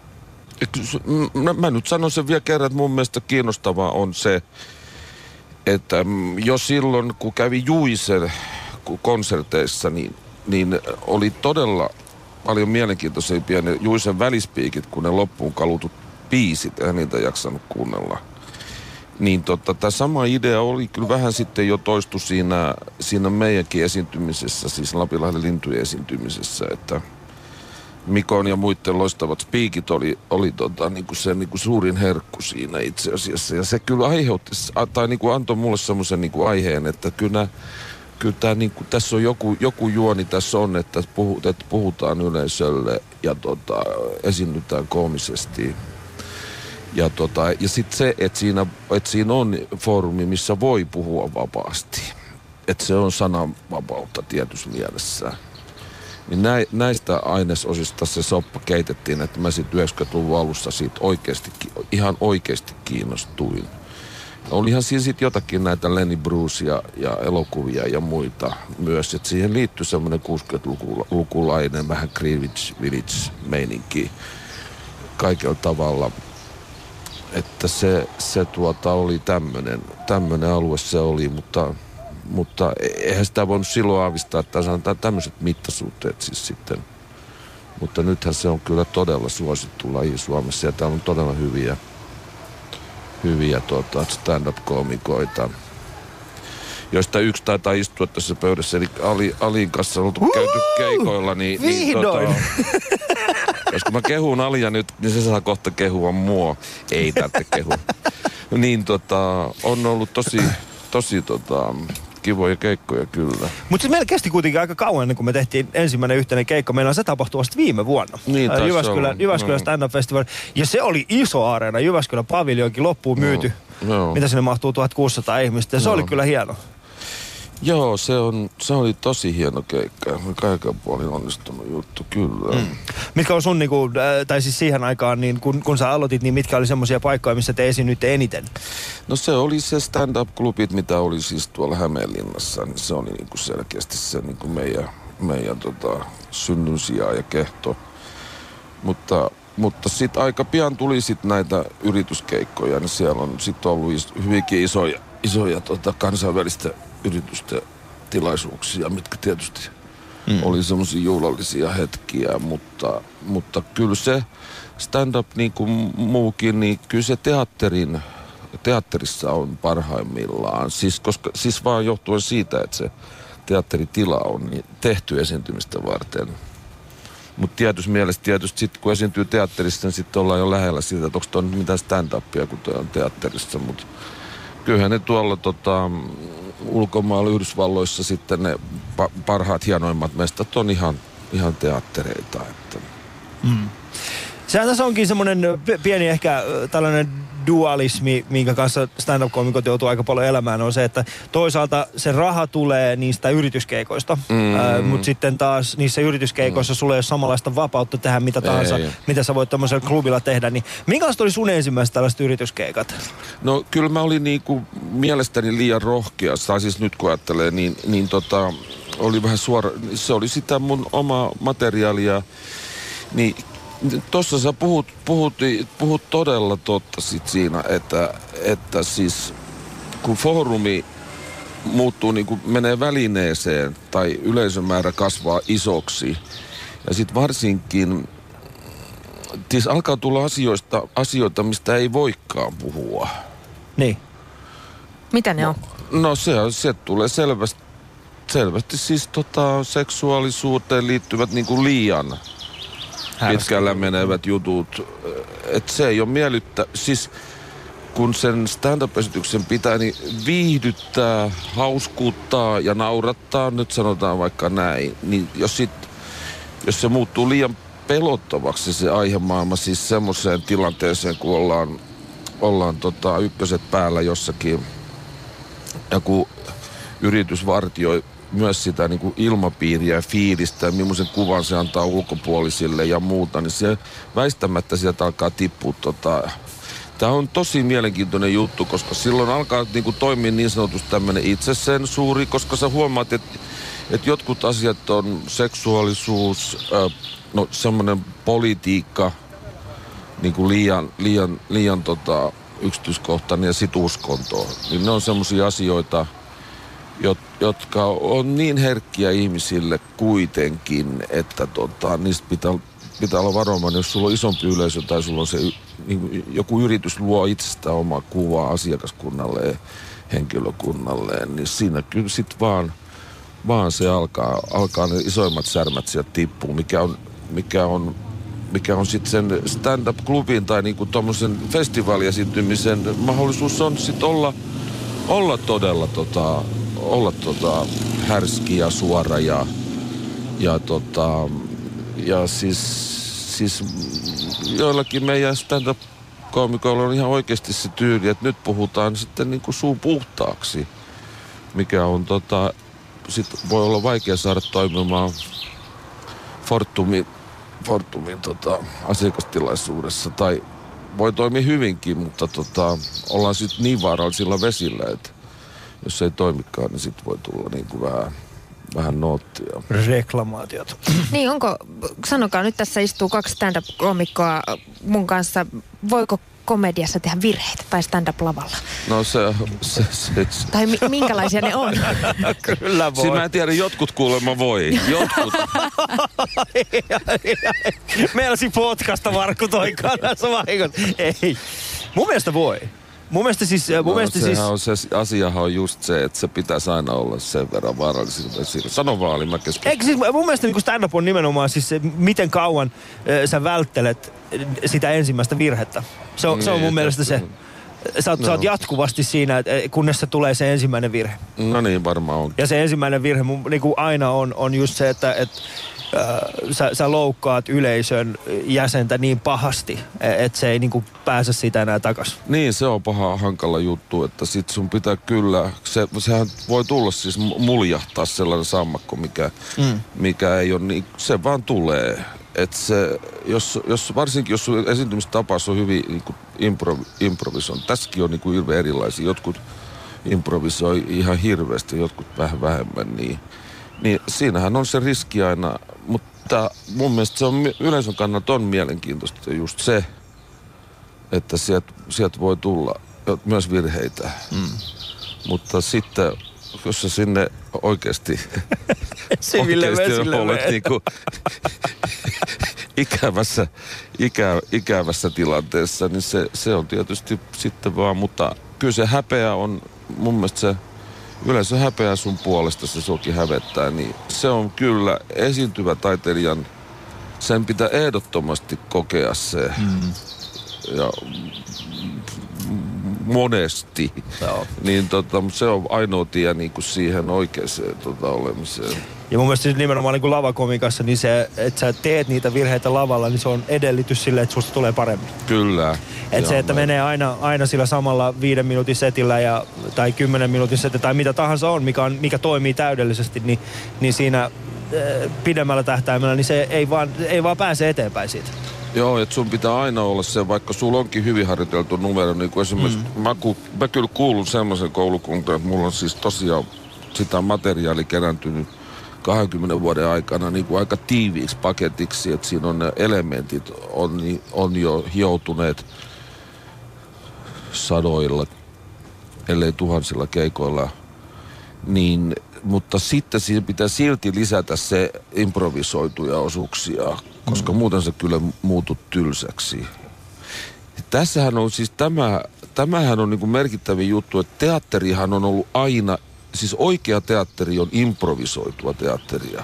mä, mä nyt sanon sen vielä kerran, että mun mielestä kiinnostavaa on se, että jo silloin, kun kävi Juisen konserteissa, niin, niin oli todella paljon mielenkiintoisempia ne Juisen välispiikit, kun ne loppuun kalutut biisit, ja niitä jaksanut kuunnella. Niin tota, tämä sama idea oli kyllä vähän sitten jo toistu siinä, siinä meidänkin esiintymisessä, siis Lapinlahden lintujen esiintymisessä, että Mikon ja muiden loistavat spiikit oli, oli tota, niinku se niinku suurin herkku siinä itse asiassa. Ja se kyllä aiheutti, tai niinku antoi mulle semmoisen niinku aiheen, että kyllä, kyllä tää, niinku, tässä on joku, joku juoni tässä on, että, puhu, että puhutaan yleisölle ja tota, esiinnytään koomisesti. Ja, tota, ja sitten se, että siinä, et siinä on foorumi, missä voi puhua vapaasti. Että se on sananvapautta tietyssä mielessä. Niin nä, näistä ainesosista se soppa keitettiin, että mä sitten yhdeksänkymmentäluvun alussa siitä oikeasti, ihan oikeasti kiinnostuin. Olihan siinä sitten jotakin näitä Lenny Brucea ja elokuvia ja muita myös. Että siihen liittyy semmoinen kuusikymmentälukulainen vähän Greenwich Village-meininki kaikella tavalla. Että se, se tuota oli tämmönen, tämmönen alue se oli, mutta, mutta eihän sitä voinut silloin aavistaa, että sanotaan tämmöiset mittasuhteet siis sitten. Mutta nythän se on kyllä todella suosittu laji Suomessa ja täällä on todella hyviä, hyviä tuota, stand-up-koomikoita, joista yksi taitaa istua tässä pöydässä, eli Ali, Alin kanssa on oltu käyty keikoilla, niin... Vihdoin! Niin, tota, jos kun mä kehun Alia nyt, niin se saa kohta kehua mua. Ei tarvitse kehua. Niin tota, on ollut tosi, tosi tota, kivoja keikkoja kyllä. Mutta siis meillä kesti kuitenkin aika kauan ennen kuin me tehtiin ensimmäinen yhteinen keikka. Meillä se tapahtui vasta viime vuonna. Niin, Ää, Jyväskylä, Jyväskylä no. Stand Up Festival. Ja se oli iso areena. Jyväskylä paviljonkin loppuun myyty. No. No. Mitä sinne mahtuu tuhatkuusisataa ihmistä. Ja se no. oli kyllä hieno. Joo, se, on, se oli tosi hieno keikka. Kaiken puolin onnistunut juttu, kyllä. Mm. Mitkä on sun, niinku, tai siis siihen aikaan, niin kun, kun sä aloitit, niin mitkä oli semmoisia paikkoja, missä te esiinnyitte eniten? No se oli se stand-up-klubit, mitä oli siis tuolla Hämeenlinnassa. Niin se oli niinku selkeästi se niinku meidän, meidän tota, synnyn sijaa ja kehto. Mutta, mutta sitten aika pian tuli sit näitä yrityskeikkoja, niin siellä on sitten ollut is, hyvinkin isoja, isoja tota, kansainvälistä yritysten tilaisuuksia, mitkä tietysti mm. oli semmoisia juhlallisia hetkiä, mutta, mutta kyllä se stand-up niin kuin muukin, niin kyllä se teatterin, teatterissa on parhaimmillaan. Siis, koska, siis vaan johtuen siitä, että se teatteritila on niin tehty esiintymistä varten. Mutta tietysti mielessä tietysti sit, kun esiintyy teatterissa, niin sitten ollaan jo lähellä siitä, että onko tuo mitään stand-upia, kun tuo on teatterissa, mutta kyllähän ne tuolla tota, ulkomailla Yhdysvalloissa sitten ne pa- parhaat, hienoimmat mestat on ihan, ihan teattereita. Että. Mm. Sehän tässä onkin semmoinen pieni ehkä tällainen dualismi, minkä kanssa stand-up-komikot joutuu aika paljon elämään, on se, että toisaalta se raha tulee niistä yrityskeikoista, mm. äh, mutta sitten taas niissä yrityskeikoissa mm. sulla ei ole samanlaista vapautta tehdä mitä tahansa, ei. mitä sä voit tämmöisellä klubilla tehdä. Niin minkälaista oli sun ensimmäiset tällaiset yrityskeikat? No kyllä mä olin niinku mielestäni liian rohkea, tai siis nyt kun ajattelee, niin, niin tota, oli vähän suora, se oli sitä mun omaa materiaalia, niin tuossa sä puhut, puhut, puhut todella totta sit siinä, että, että siis kun foorumi muuttuu, niin kuin menee välineeseen tai yleisömäärä kasvaa isoksi ja sitten varsinkin siis alkaa tulla asioista, asioita, mistä ei voikaan puhua. Niin. Mitä ne on? No, no se, se tulee selvästi, selvästi siis tota, seksuaalisuuteen liittyvät niin kuin liian pitkällä menevät jutut. Että se ei ole miellyttä. Siis kun sen stand-up-esityksen pitää niin viihdyttää, hauskuuttaa ja naurattaa, nyt sanotaan vaikka näin, niin jos, sit, jos se muuttuu liian pelottavaksi se aihemaailma, siis semmoiseen tilanteeseen, kun ollaan, ollaan tota, ykköset päällä jossakin, ja kun yritys vartioi myös sitä niin kuin ilmapiiriä ja fiilistä ja millaisen kuvan se antaa ulkopuolisille ja muuta, niin se väistämättä sieltä alkaa tippua. Tota. Tämä on tosi mielenkiintoinen juttu, koska silloin alkaa niin kuin toimia niin sanotusti tämmöinen itsesensuuri, koska sä huomaat, että, että jotkut asiat on seksuaalisuus, äh, no semmoinen politiikka, niin kuin liian, liian, liian tota, yksityiskohtainen ja sit uskonto. Niin ne on semmoisia asioita, jotka on niin herkkiä ihmisille kuitenkin, että tota, niistä pitää, pitää olla varovainen. Jos sulla on isompi yleisö tai sulla on se, niin joku yritys luo itsestään omaa kuvaa asiakaskunnalle ja henkilökunnalle, niin siinä kyllä sitten vaan, vaan se alkaa, alkaa ne isoimmat särmät sieltä tippuu, mikä on, mikä on, mikä on sitten sen stand-up-klubin tai niinku tommosen festivaaliesiintymisen mahdollisuus on sitten olla, olla todella tota, olla tota härski ja suora ja, ja, tota, ja siis, siis joillakin meidän stand-up-koomikoilla on ihan oikeasti se tyyli, että nyt puhutaan sitten niin kuin suu puhtaaksi, mikä on tota, sit voi olla vaikea saada toimimaan Fortumin, Fortumin tota, asiakastilaisuudessa tai voi toimia hyvinkin, mutta tota, ollaan sitten niin vaarallisilla vesillä, että jos ei toimikaan, niin sitten voi tulla niin kuin vähän, vähän noottia. Reklamaatiot. Niin, onko, sanokaa, nyt tässä istuu kaksi stand-up-komikkoa mun kanssa. Voiko komediassa tehdä virheitä tai stand-up-lavalla? No se... se, se, se. Tai mi- minkälaisia ne on? Kyllä voi. Siinä mä en tiedä, jotkut kuulemma voi. Jotkut. Meilasi podcasta Markku Toikaan näissä vahingossa. Ei. Mun mielestä voi. Mun mielestä siis... Mun no, mielestä sehän siis... on se, asiahan on just se, että se pitäisi aina olla sen verran vaarallisilta. Sano vaan, niin mä keskustelen. Eikö siis mun mielestä niin stand-up on nimenomaan siis se, miten kauan äh, sä välttelet sitä ensimmäistä virhettä. Se on, niin, se on mun mielestä se. Sä oot, no. sä oot jatkuvasti siinä, että kunnes se tulee se ensimmäinen virhe. No niin, varmaan on. Ja se ensimmäinen virhe mun, niin kuin aina on, on just se, että et, äh, sä, sä loukkaat yleisön jäsentä niin pahasti, että se ei niin kuin pääse sitä enää takas. Niin, se on paha hankala juttu, että sit sun pitää kyllä, se, sehän voi tulla siis muljahtaa sellainen sammakko, mikä, mm. mikä ei ole niin, se vaan tulee. Että se, jos, jos, varsinkin jos sun esiintymistapaus on hyvin niin kuin improv, improvisoin, tässäkin on niin kuin hirveän erilaisia, jotkut improvisoi ihan hirveästi, jotkut vähän vähemmän, niin, niin siinähän on se riski aina, mutta mun mielestä se on yleisön kannalta on mielenkiintoista just se, että sieltä sielt voi tulla myös virheitä, mm. mutta sitten jos sä sinne oikeasti, oikeasti olet niinku ikävässä, ikä, ikävässä tilanteessa, niin se, se on tietysti sitten vaan, mutta kyllä se häpeä on, mun mielestä se yleensä häpeä sun puolesta, se suokin hävettää, niin se on kyllä esiintyvä taiteilijan, sen pitää ehdottomasti kokea se. Mm. Ja monesti. No. Niin tota, se on ainoa tie niin kuin siihen oikeaan tota, olemiseen. Ja mun mielestä siis nimenomaan niin kuin lavakomikassa, niin se, että sä teet niitä virheitä lavalla, niin se on edellytys sille, että susta tulee paremmin. Kyllä. Että se, että mä... menee aina, aina sillä samalla viiden minuutin setillä ja, tai kymmenen minuutin setillä tai mitä tahansa on, mikä, on, mikä toimii täydellisesti, niin, niin siinä äh, pidemmällä tähtäimellä, niin se ei vaan, ei vaan pääse eteenpäin siitä. Joo, että sun pitää aina olla se, vaikka sulla onkin hyvin harjoiteltu numero, niin kuin esimerkiksi mm. mä, ku, mä kyllä kuulun semmoisen koulukuntaan, että mulla on siis tosiaan sitä materiaalia kerääntynyt kahdenkymmenen vuoden aikana niin kuin aika tiiviiksi paketiksi, että siinä on ne elementit on, on jo hioutuneet sadoilla, ellei tuhansilla keikoilla, niin, mutta sitten siihen pitää silti lisätä se improvisoituja osuuksia, koska mm. muuten se kyllä muutut tylsäksi. Tässähän on siis tämä, tämähän on niin kuin merkittävin juttu, että teatterihan on ollut aina, siis oikea teatteri on improvisoitua teatteria.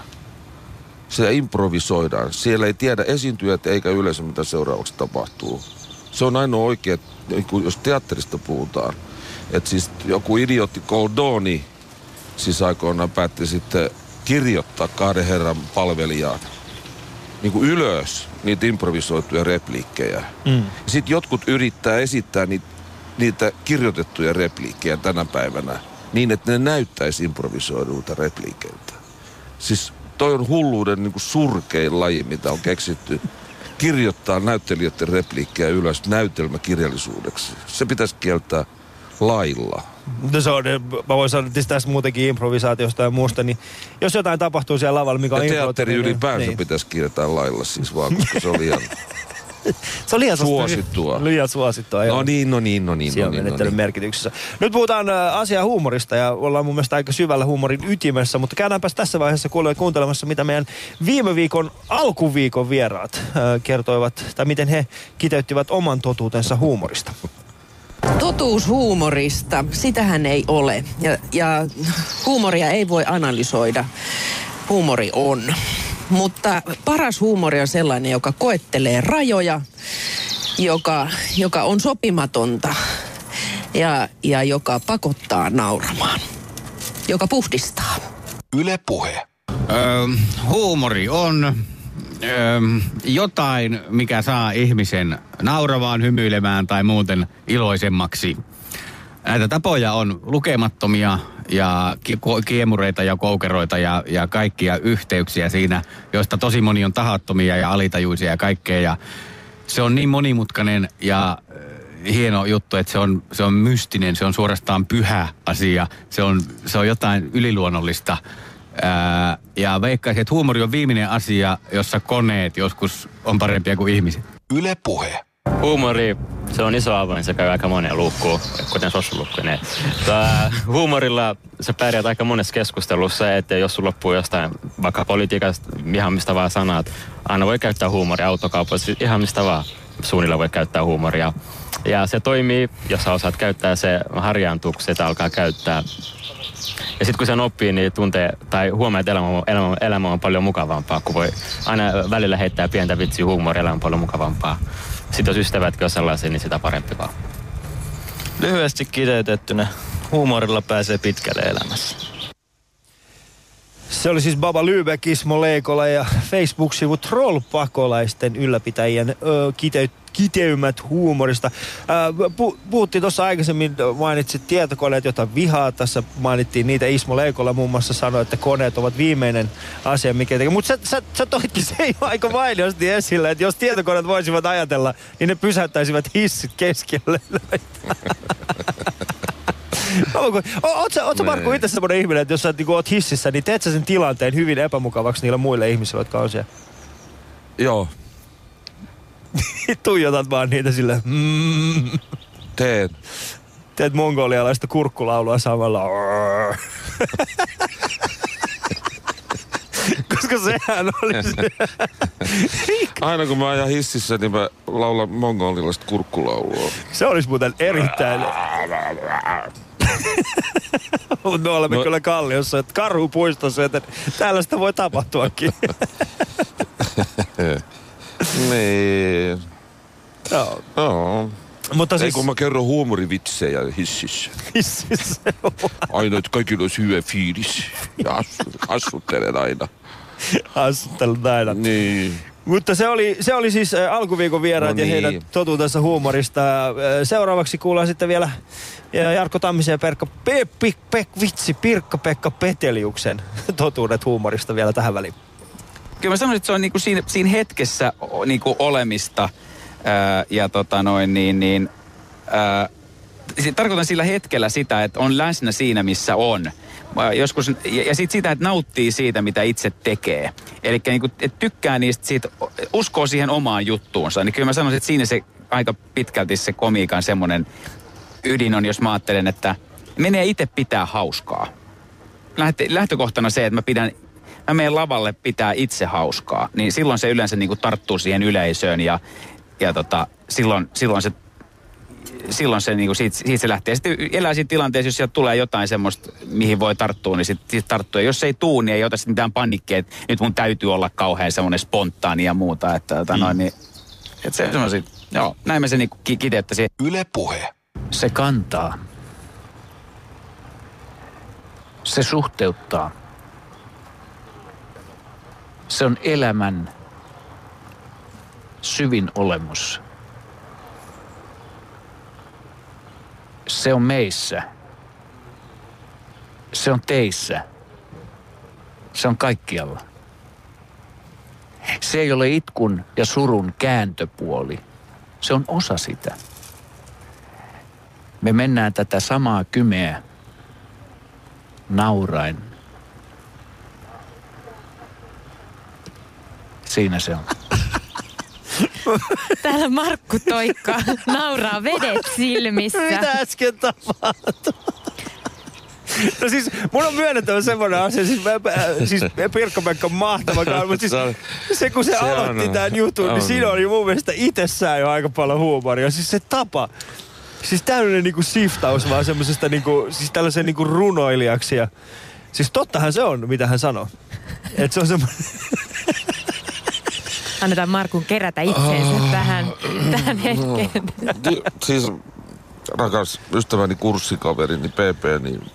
Se improvisoidaan. Siellä ei tiedä esiintyjät eikä yleisö, mitä seuraavaksi tapahtuu. Se on ainoa oikea, jos teatterista puhutaan. Että siis joku idiootti Goldoni siis aikoinaan päätti sitten kirjoittaa kahden herran palvelijaan niin kuin ylös niitä improvisoituja repliikkejä. Mm. Sitten jotkut yrittää esittää niitä, niitä kirjoitettuja repliikkejä tänä päivänä niin, että ne näyttäisi improvisoidulta repliikeiltä. Siis toi on hulluuden niin kuin surkein laji, mitä on keksitty. Kirjoittaa näyttelijöiden repliikkejä ylös näytelmäkirjallisuudeksi. Se pitäisi kieltää lailla. No se on, mä voin sanoa, että tässä muutenkin improvisaatiosta ja muusta, niin jos jotain tapahtuu siellä lavalla, mikä on ja teatteri ylipäänsä niin pitäisi kirjoittaa lailla siis vaan, koska se oli ihan... Se on liian suosittua. Liian suosittua. No niin, no niin, no niin. Siinä on menettelyn no niin. merkityksessä. Nyt puhutaan asiaa huumorista ja ollaan mun mielestä aika syvällä huumorin ytimessä, mutta käydäänpäs tässä vaiheessa kuuntelemassa, mitä meidän viime viikon alkuviikon vieraat kertoivat, tai miten he kiteyttivät oman totuutensa huumorista. Totuus huumorista, sitähän ei ole. Ja, ja huumoria ei voi analysoida. Huumori on. Mutta paras huumori on sellainen, joka koettelee rajoja, joka, joka on sopimatonta ja, ja joka pakottaa nauramaan, joka puhdistaa. Yle Puhe. Öö, huumori on öö, jotain, mikä saa ihmisen nauramaan, hymyilemään tai muuten iloisemmaksi. Näitä tapoja on lukemattomia ja kiemureita ja koukeroita ja, ja kaikkia yhteyksiä siinä, joista tosi moni on tahattomia ja alitajuisia ja kaikkea. Ja se on niin monimutkainen ja hieno juttu, että se on, se on mystinen, se on suorastaan pyhä asia. Se on, se on jotain yliluonnollista. Ää, ja veikkaisin, että huumori on viimeinen asia, jossa koneet joskus on parempia kuin ihmiset. Yle Puhe. Huumori, se on iso avoin, se käy aika moneen luukkuun, kuten sossulukkuinen. Huumorilla sä pärjät aika monessa keskustelussa, että jos sun loppuu jostain vaikka politiikasta ihan mistä vaan sanat, aina voi käyttää huumoria autokaupassa, ihan mistä vaan suunnilla voi käyttää huumoria. Ja se toimii, jos sä osaat käyttää, se harjaantuu, kun sitä alkaa käyttää. Ja sitten kun sen oppii, niin tuntee, tai huomaa, että elämä, elämä, elämä on paljon mukavampaa, kun voi aina välillä heittää pientä vitsiä huumoria, elämä on paljon mukavampaa. Sitten jos ystävätkin on sellaisia, niin sitä parempi vaan. Lyhyesti kiteytettynä, huumorilla pääsee pitkälle elämässä. Se oli siis Baba Lübeck, Ismo Leikola ja Facebook-sivu Trollpakolaisten ylläpitäjien ö, kite, kiteymät huumorista. Ö, pu, puhuttiin tuossa aikaisemmin, mainitsit tietokoneet, joita vihaa. Tässä mainittiin niitä. Ismo Leikola muun muassa sanoi, että koneet ovat viimeinen asia, mikä tekee. Mutta sä, sä, sä toitkin se jo aika mainiosti esille, että jos tietokoneet voisivat ajatella, niin ne pysäyttäisivät hissit keskelle. Oletko sä Markku itse semmoinen ihminen, että jos sä niin oot hississä, niin teet sä sen tilanteen hyvin epämukavaksi niille muille ihmisille, jotka on siellä? Joo. Tuijotat vaan niitä silleen. Mm. Teet. Teet mongolialaista kurkkulaulua samalla. Koska sehän oli se. Aina kun mä ajan hississä, niin mä laulan mongolialaista kurkkulaulua. Se olisi muuten erittäin... Mutta me olemme no. kyllä Kalliossa, että Karhupuistossa, että tällaista voi tapahtuakin. Niin. Joo. No. Mutta siis... Ei kun mä kerron huumorivitsejä hississä. Hississä. Aina, että kaikilla olisi hyvä fiilis. Ja assuttelen aina. Assuttelen aina. Niin. Mutta se oli, se oli siis ä, alkuviikon vieraat no ja niin. heidän totuutensa huumorista. Seuraavaksi kuullaan sitten vielä Jarkko Tammisen ja Perkka Pe, Pe, Pe, vitsi, Pirkka-Pekka Peteliuksen totuudet huumorista vielä tähän väliin. Kyllä mä sanoisin, että se on niinku siinä, siinä hetkessä niinku olemista ää, ja tota noin niin, niin ää, tarkoitan sillä hetkellä sitä, että on läsnä siinä, missä on. Joskus, ja, ja sitten sitä, että nauttii siitä, mitä itse tekee. Eli niinku, että tykkää niistä, siitä, uskoo siihen omaan juttuunsa. Niin kyllä mä sanoisin, että siinä se aika pitkälti se komiikan semmoinen ydin on, jos mä ajattelen, että menee itse pitää hauskaa. Lähtökohtana se, että mä pidän, mä menen lavalle pitää itse hauskaa. Niin silloin se yleensä niinku tarttuu siihen yleisöön ja, ja tota, silloin, silloin se silloin se, niin kuin siitä, siitä se lähtee. Sitten elää siinä tilanteessa, jos sieltä tulee jotain semmoista, mihin voi tarttua, niin sitten sit tarttuu. Ja jos se ei tuu, niin ei ota sitten mitään panikkia, että nyt mun täytyy olla kauhean semmoinen spontaani ja muuta. Että, että mm. noin, niin, että se semmoisia, joo, näin mä se niin kiteyttäisin. Yle Puhe. Se kantaa. Se suhteuttaa. Se on elämän syvin olemus. Se on meissä. Se on teissä. Se on kaikkialla. Se ei ole itkun ja surun kääntöpuoli. Se on osa sitä. Me mennään tätä samaa kymeä nauraen. Siinä se on. Täällä Markku Toikka nauraa vedet silmissä. Mitä äsken tapahtui? No siis, mun on myönnettävä semmoinen asia, siis, siis Pirkka-Pekka on mahtava kauden, mutta siis se kun se, se aloitti on, tämän jutun, on. Niin siinä oli mun mielestä itsessään jo aika paljon huumoria. Siis se tapa, siis tämmöinen niinku siftaus vaan semmoisesta niinku, siis tällaisen niinku runoilijaksi ja siis tottahan se on, mitä hän sanoo. Että se on semmoinen... Annetaan Markun kerätä itseensä oh, tähän, tähän hetkeen. No, siis rakas ystäväni kurssikaverini P P, niin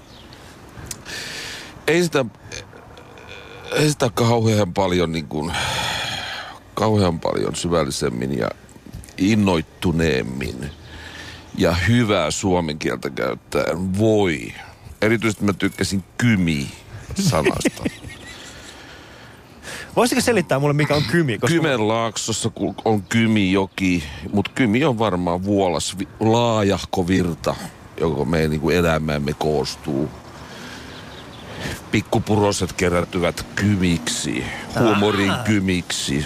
ei sitä, ei sitä kauhean paljon niin kuin, kauhean paljon syvällisemmin ja innoittuneemmin ja hyvää suomen kieltä käyttäen voi. Erityisesti mä tykkäsin kymi-sanasta. Voisitko selittää mulle, mikä on Kymi? Koska Kymenlaaksossa on Kymijoki, mutta Kymi on varmaan vuolas, laajahko virta, joka meidän niin kuin elämäämme koostuu. Pikkupuroset kerätyvät kymiksi, huumorin kymiksi.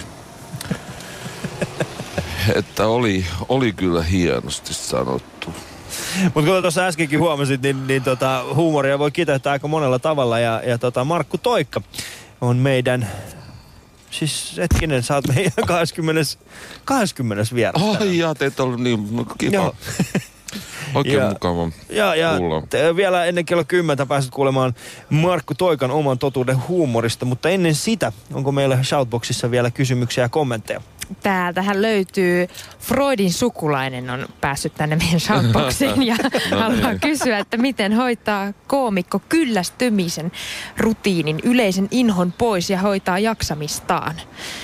Että oli, oli kyllä hienosti sanottu. Mutta kun tuossa äskenkin huomasit, niin, niin tota, huumoria voi kiteyttää aika monella tavalla. Ja, ja tota, Markku Toikka on meidän... Siis hetkinen, sä oot meidän kaksikymmentä, kaksikymmentä vierasta. Ai jaa, teitä on ollut niin kiva. Oikein ja, mukava ja, ja te, vielä ennen kello kymmentä pääset kuulemaan Markku Toikan oman totuuden huumorista, mutta ennen sitä, onko meillä Shoutboxissa vielä kysymyksiä ja kommentteja? täältähän löytyy Freudin sukulainen on päässyt tänne meidän shoutboxiin ja no haluaa niin. kysyä, että miten hoitaa koomikko kyllästymisen rutiinin, yleisen inhon pois ja hoitaa jaksamistaan.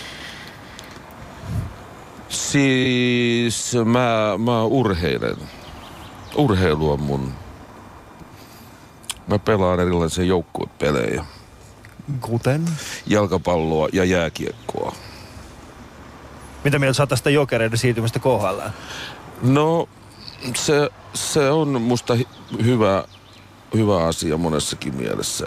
Siis mä, mä urheilen. Urheilu on mun. Mä pelaan erilaisia joukkuepelejä. Kuten? Jalkapalloa ja jääkiekkoa. Mitä mieltä sä oot tästä Jokereiden siirtymistä K H L:ään? No, se, se on musta hi- hyvä, hyvä asia monessakin mielessä.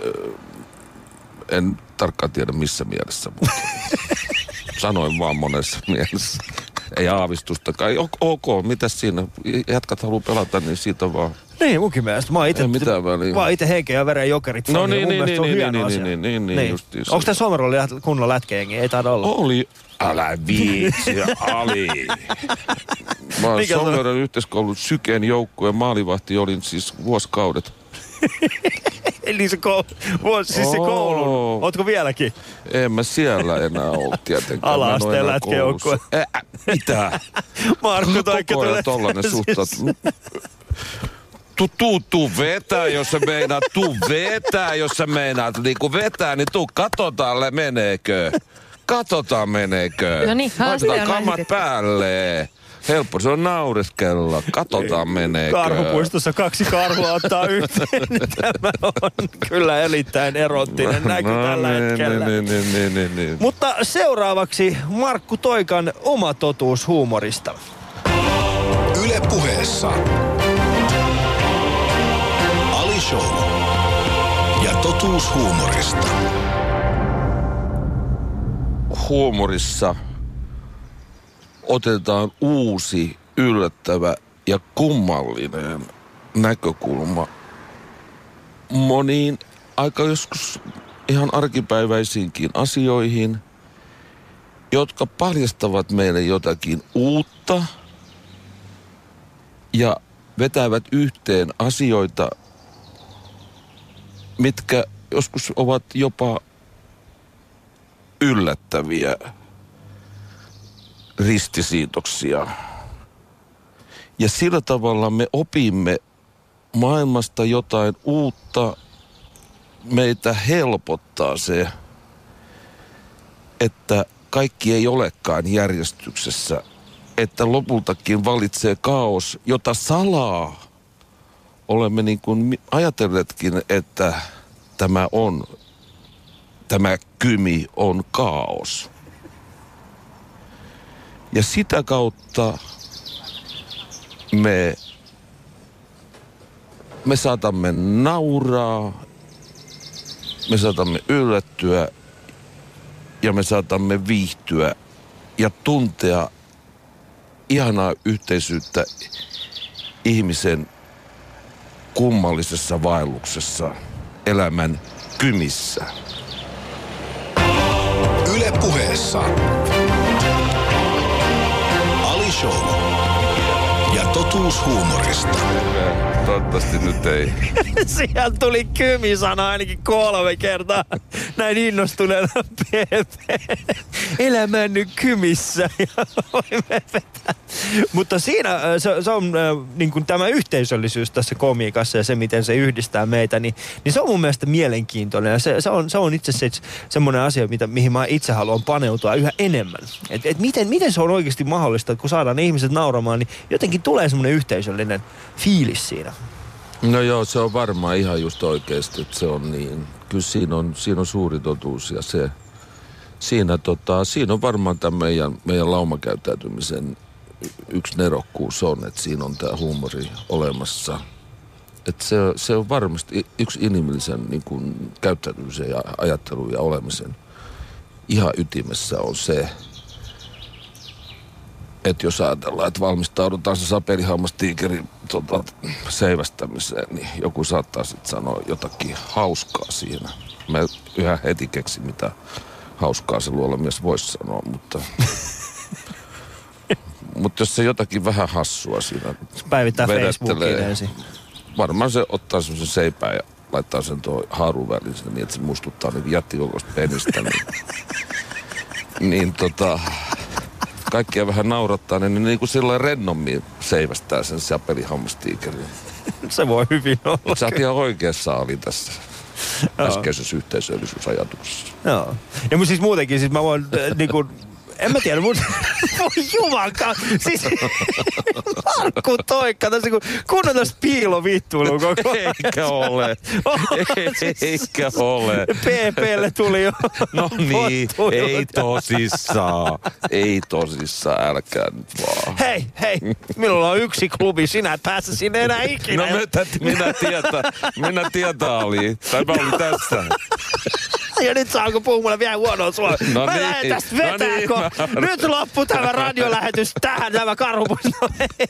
En tarkkaan tiedä missä mielessä, mutta sanoin vaan monessa mielessä. Ei aavistustakaan. Ok, mitäs siinä? Jätkät haluaa pelata, niin siitä vaan. Niin, munkin mielestä. Mä oon ite, mä oon ite henkeä ja veren Jokerit. No niin, mun niin, mielestä niin, se on niin, hieno niin, asia. niin, niin, niin, niin, justiin. Onko tää Suomen rooli kunnolla lätkäjengi? Ei taida olla. Oli. Älä viitsi, Ali. Mä oon Suomen yhteiskoulun Syken joukkueen maalivahti, olin siis vuosikaudet. Eli se, koulu, siis se koulu. Ootko vieläkin? En mä siellä enää ole tietenkään. Ala-asteen lätkäjoukkue. Ä, mitä? Markku Toikka tulee. Koko ajan tollanen suhtaat. Tuu, tuu, tuu vetää, jos sä meinaat. Tuu vetää, jos sä meinaat. Niinku vetää, niin tuu, katsotaan meneekö. Katsotaan meneekö. No niin, laitetaan kamat päälle. Helppo, se on naureskella. Katsotaan meneekö. Karhupuistossa kaksi karhua ottaa yhteen. Tämä on kyllä erittäin erottinen näky no, tällä niin, hetkellä. Niin, niin, niin, niin, niin. Mutta seuraavaksi Markku Toikan oma totuus huumorista. Yle Puheessa Ali Show ja totuus huumorista. Huumorissa otetaan uusi, yllättävä ja kummallinen näkökulma moniin aika joskus ihan arkipäiväisiinkin asioihin, jotka paljastavat meille jotakin uutta ja vetävät yhteen asioita, mitkä joskus ovat jopa yllättäviä ristisiitoksia. Ja sillä tavalla me opimme maailmasta jotain uutta. Meitä helpottaa se, että kaikki ei olekaan järjestyksessä. Että lopultakin valitsee kaos, jota salaa. Olemme niin kuin ajatelleetkin, että tämä on, tämä kymi on kaos. Ja sitä kautta me, me saatamme nauraa, me saatamme yllättyä ja me saatamme viihtyä ja tuntea ihanaa yhteisyyttä ihmisen kummallisessa vaelluksessa, elämän kymissä. Yle Puheessa Ali Show ja totuus huumorista. Toivottavasti nyt ei. Siellä tuli kymi-sana ainakin kolme kertaa. Näin innostuneena P P. Elämän nyt kymissä. Ja voimme vetää. Mutta siinä se, se on niin kuin tämä yhteisöllisyys tässä komiikassa ja se, miten se yhdistää meitä, niin, niin se on mun mielestä mielenkiintoinen. Ja se, se, on, se on itse asiassa semmoinen asia, mitä, mihin mä itse haluan paneutua yhä enemmän. Et, et miten, miten se on oikeasti mahdollista, että kun saadaan ne ihmiset nauramaan, niin jotenkin tulee semmoinen yhteisöllinen fiilis siinä. No joo, se on varmaan ihan just oikeasti, että se on niin. Kyllä siinä on, siinä on suuri totuus ja se, siinä, tota, siinä on varmaan tämä meidän, meidän laumakäyttäytymisen yksi nerokkuus on, että siinä on tämä huumori olemassa. Että se, se on varmasti yksi inhimillisen niin kuin, käyttäytymisen ja ajattelun ja olemisen ihan ytimessä on se, että jos ajatellaan, että valmistaudutaan se sapelihammastiikerin tota, seivästämiseen, niin joku saattaa sitten sanoa jotakin hauskaa siinä. Mä yhä heti keksin, mitä hauskaa se luolamies voisi sanoa, mutta... mutta jos se jotakin vähän hassua siinä päivittää Facebookiin ensin. Varmaan se ottaa semmoisen seipään ja laittaa sen tuohon haarun väliin niin, että se muistuttaa niin jättikokoista penistä. Niin, niin tota... kaikkia vähän naurattaa, niin ne niin kuin silloin rennommin seivästää sen sapelihammastiikerin. Se voi hyvin olla. Sä oot ihan oikeassa oli tässä äskeisessä yhteisöllisyysajatuksessa. Joo. Ja mun siis muutenkin, siis mä voin äh, niinku... En mä tiedä, mun... Voi jumankaan! Siis... Markku Toikka, tässä kun kunnon tästä piilovittuilua koko ajan. Eikä ole. Eikä ole. P P:lle tuli jo. No niin, ei tosissaan. Ei tosissaan, älkää nyt vaan. Hei, hei, minulla on yksi klubi, sinä et pääse sinne enää ikinä. No minä, minä tietää, minä tietää oli. Tai mä olin tässä. Ja nyt saanko puhua mulle vielä huonoa sua? No mä niin, lähden tästä no vetää, niin, kun mä... nyt loppu tämä radiolähetys tähän, tämä Karhupuisto.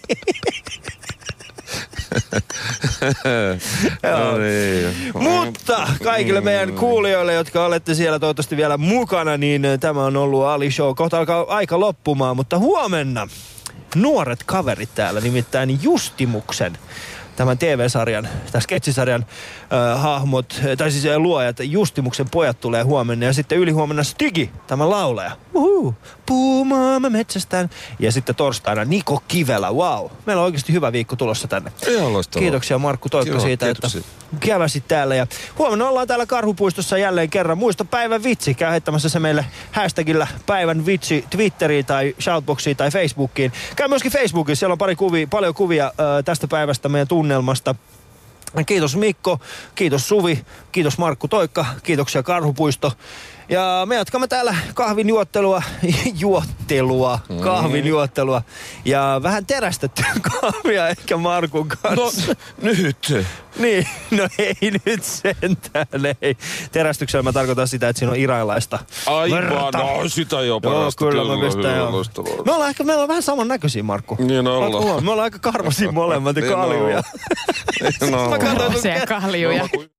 No niin. Mutta kaikille meidän kuulijoille, jotka olette siellä toivottavasti vielä mukana, niin tämä on ollut Ali Show. Kohta alkaa aika loppumaan, mutta huomenna nuoret kaverit täällä, nimittäin Justimuksen, tämän T V-sarjan, tämän sketsisarjan äh, hahmot, tai siis äh, luojat, Justimuksen pojat tulee huomenna ja sitten ylihuomenna Stygi, tämä laulaja. Uhu, puumaamme metsästään. Ja sitten torstaina Niko Kivelä, wow. Meillä on oikeasti hyvä viikko tulossa tänne. Ihan loistavaa. Kiitoksia Markku Toikka Kiva, siitä, kiitoksia. että käväsit täällä. Ja huomenna ollaan täällä Karhupuistossa jälleen kerran. Muista päivän vitsi. Käy heittämässä se meille hashtagillä päivän vitsi Twitteriin tai Shoutboxiin tai Facebookiin. Käy myöskin Facebookissa. Siellä on pari kuvia, paljon kuvia äh, tästä päivästä meidän tunnelmasta. Kiitos Mikko, kiitos Suvi, kiitos Markku Toikka, kiitoksia Karhupuisto. Ja me jatkamme täällä kahvin juottelua, juottelua, kahvin juottelua ja vähän terästettyä kahvia ehkä Markun kanssa. No nyt. Niin, no ei nyt sentään, ei. Terästyksellä mä tarkoitan sitä, että siinä on irailaista Aivan, no sitä jo parasta. Joo, kyllä mä pistän jo. Me ollaan ehkä, meillä on vähän samannäköisiä, Markku. Niin ollaan. Me ollaan aika karvasia molemmat ja kaljuja. Niin ollaan. Kaljuja.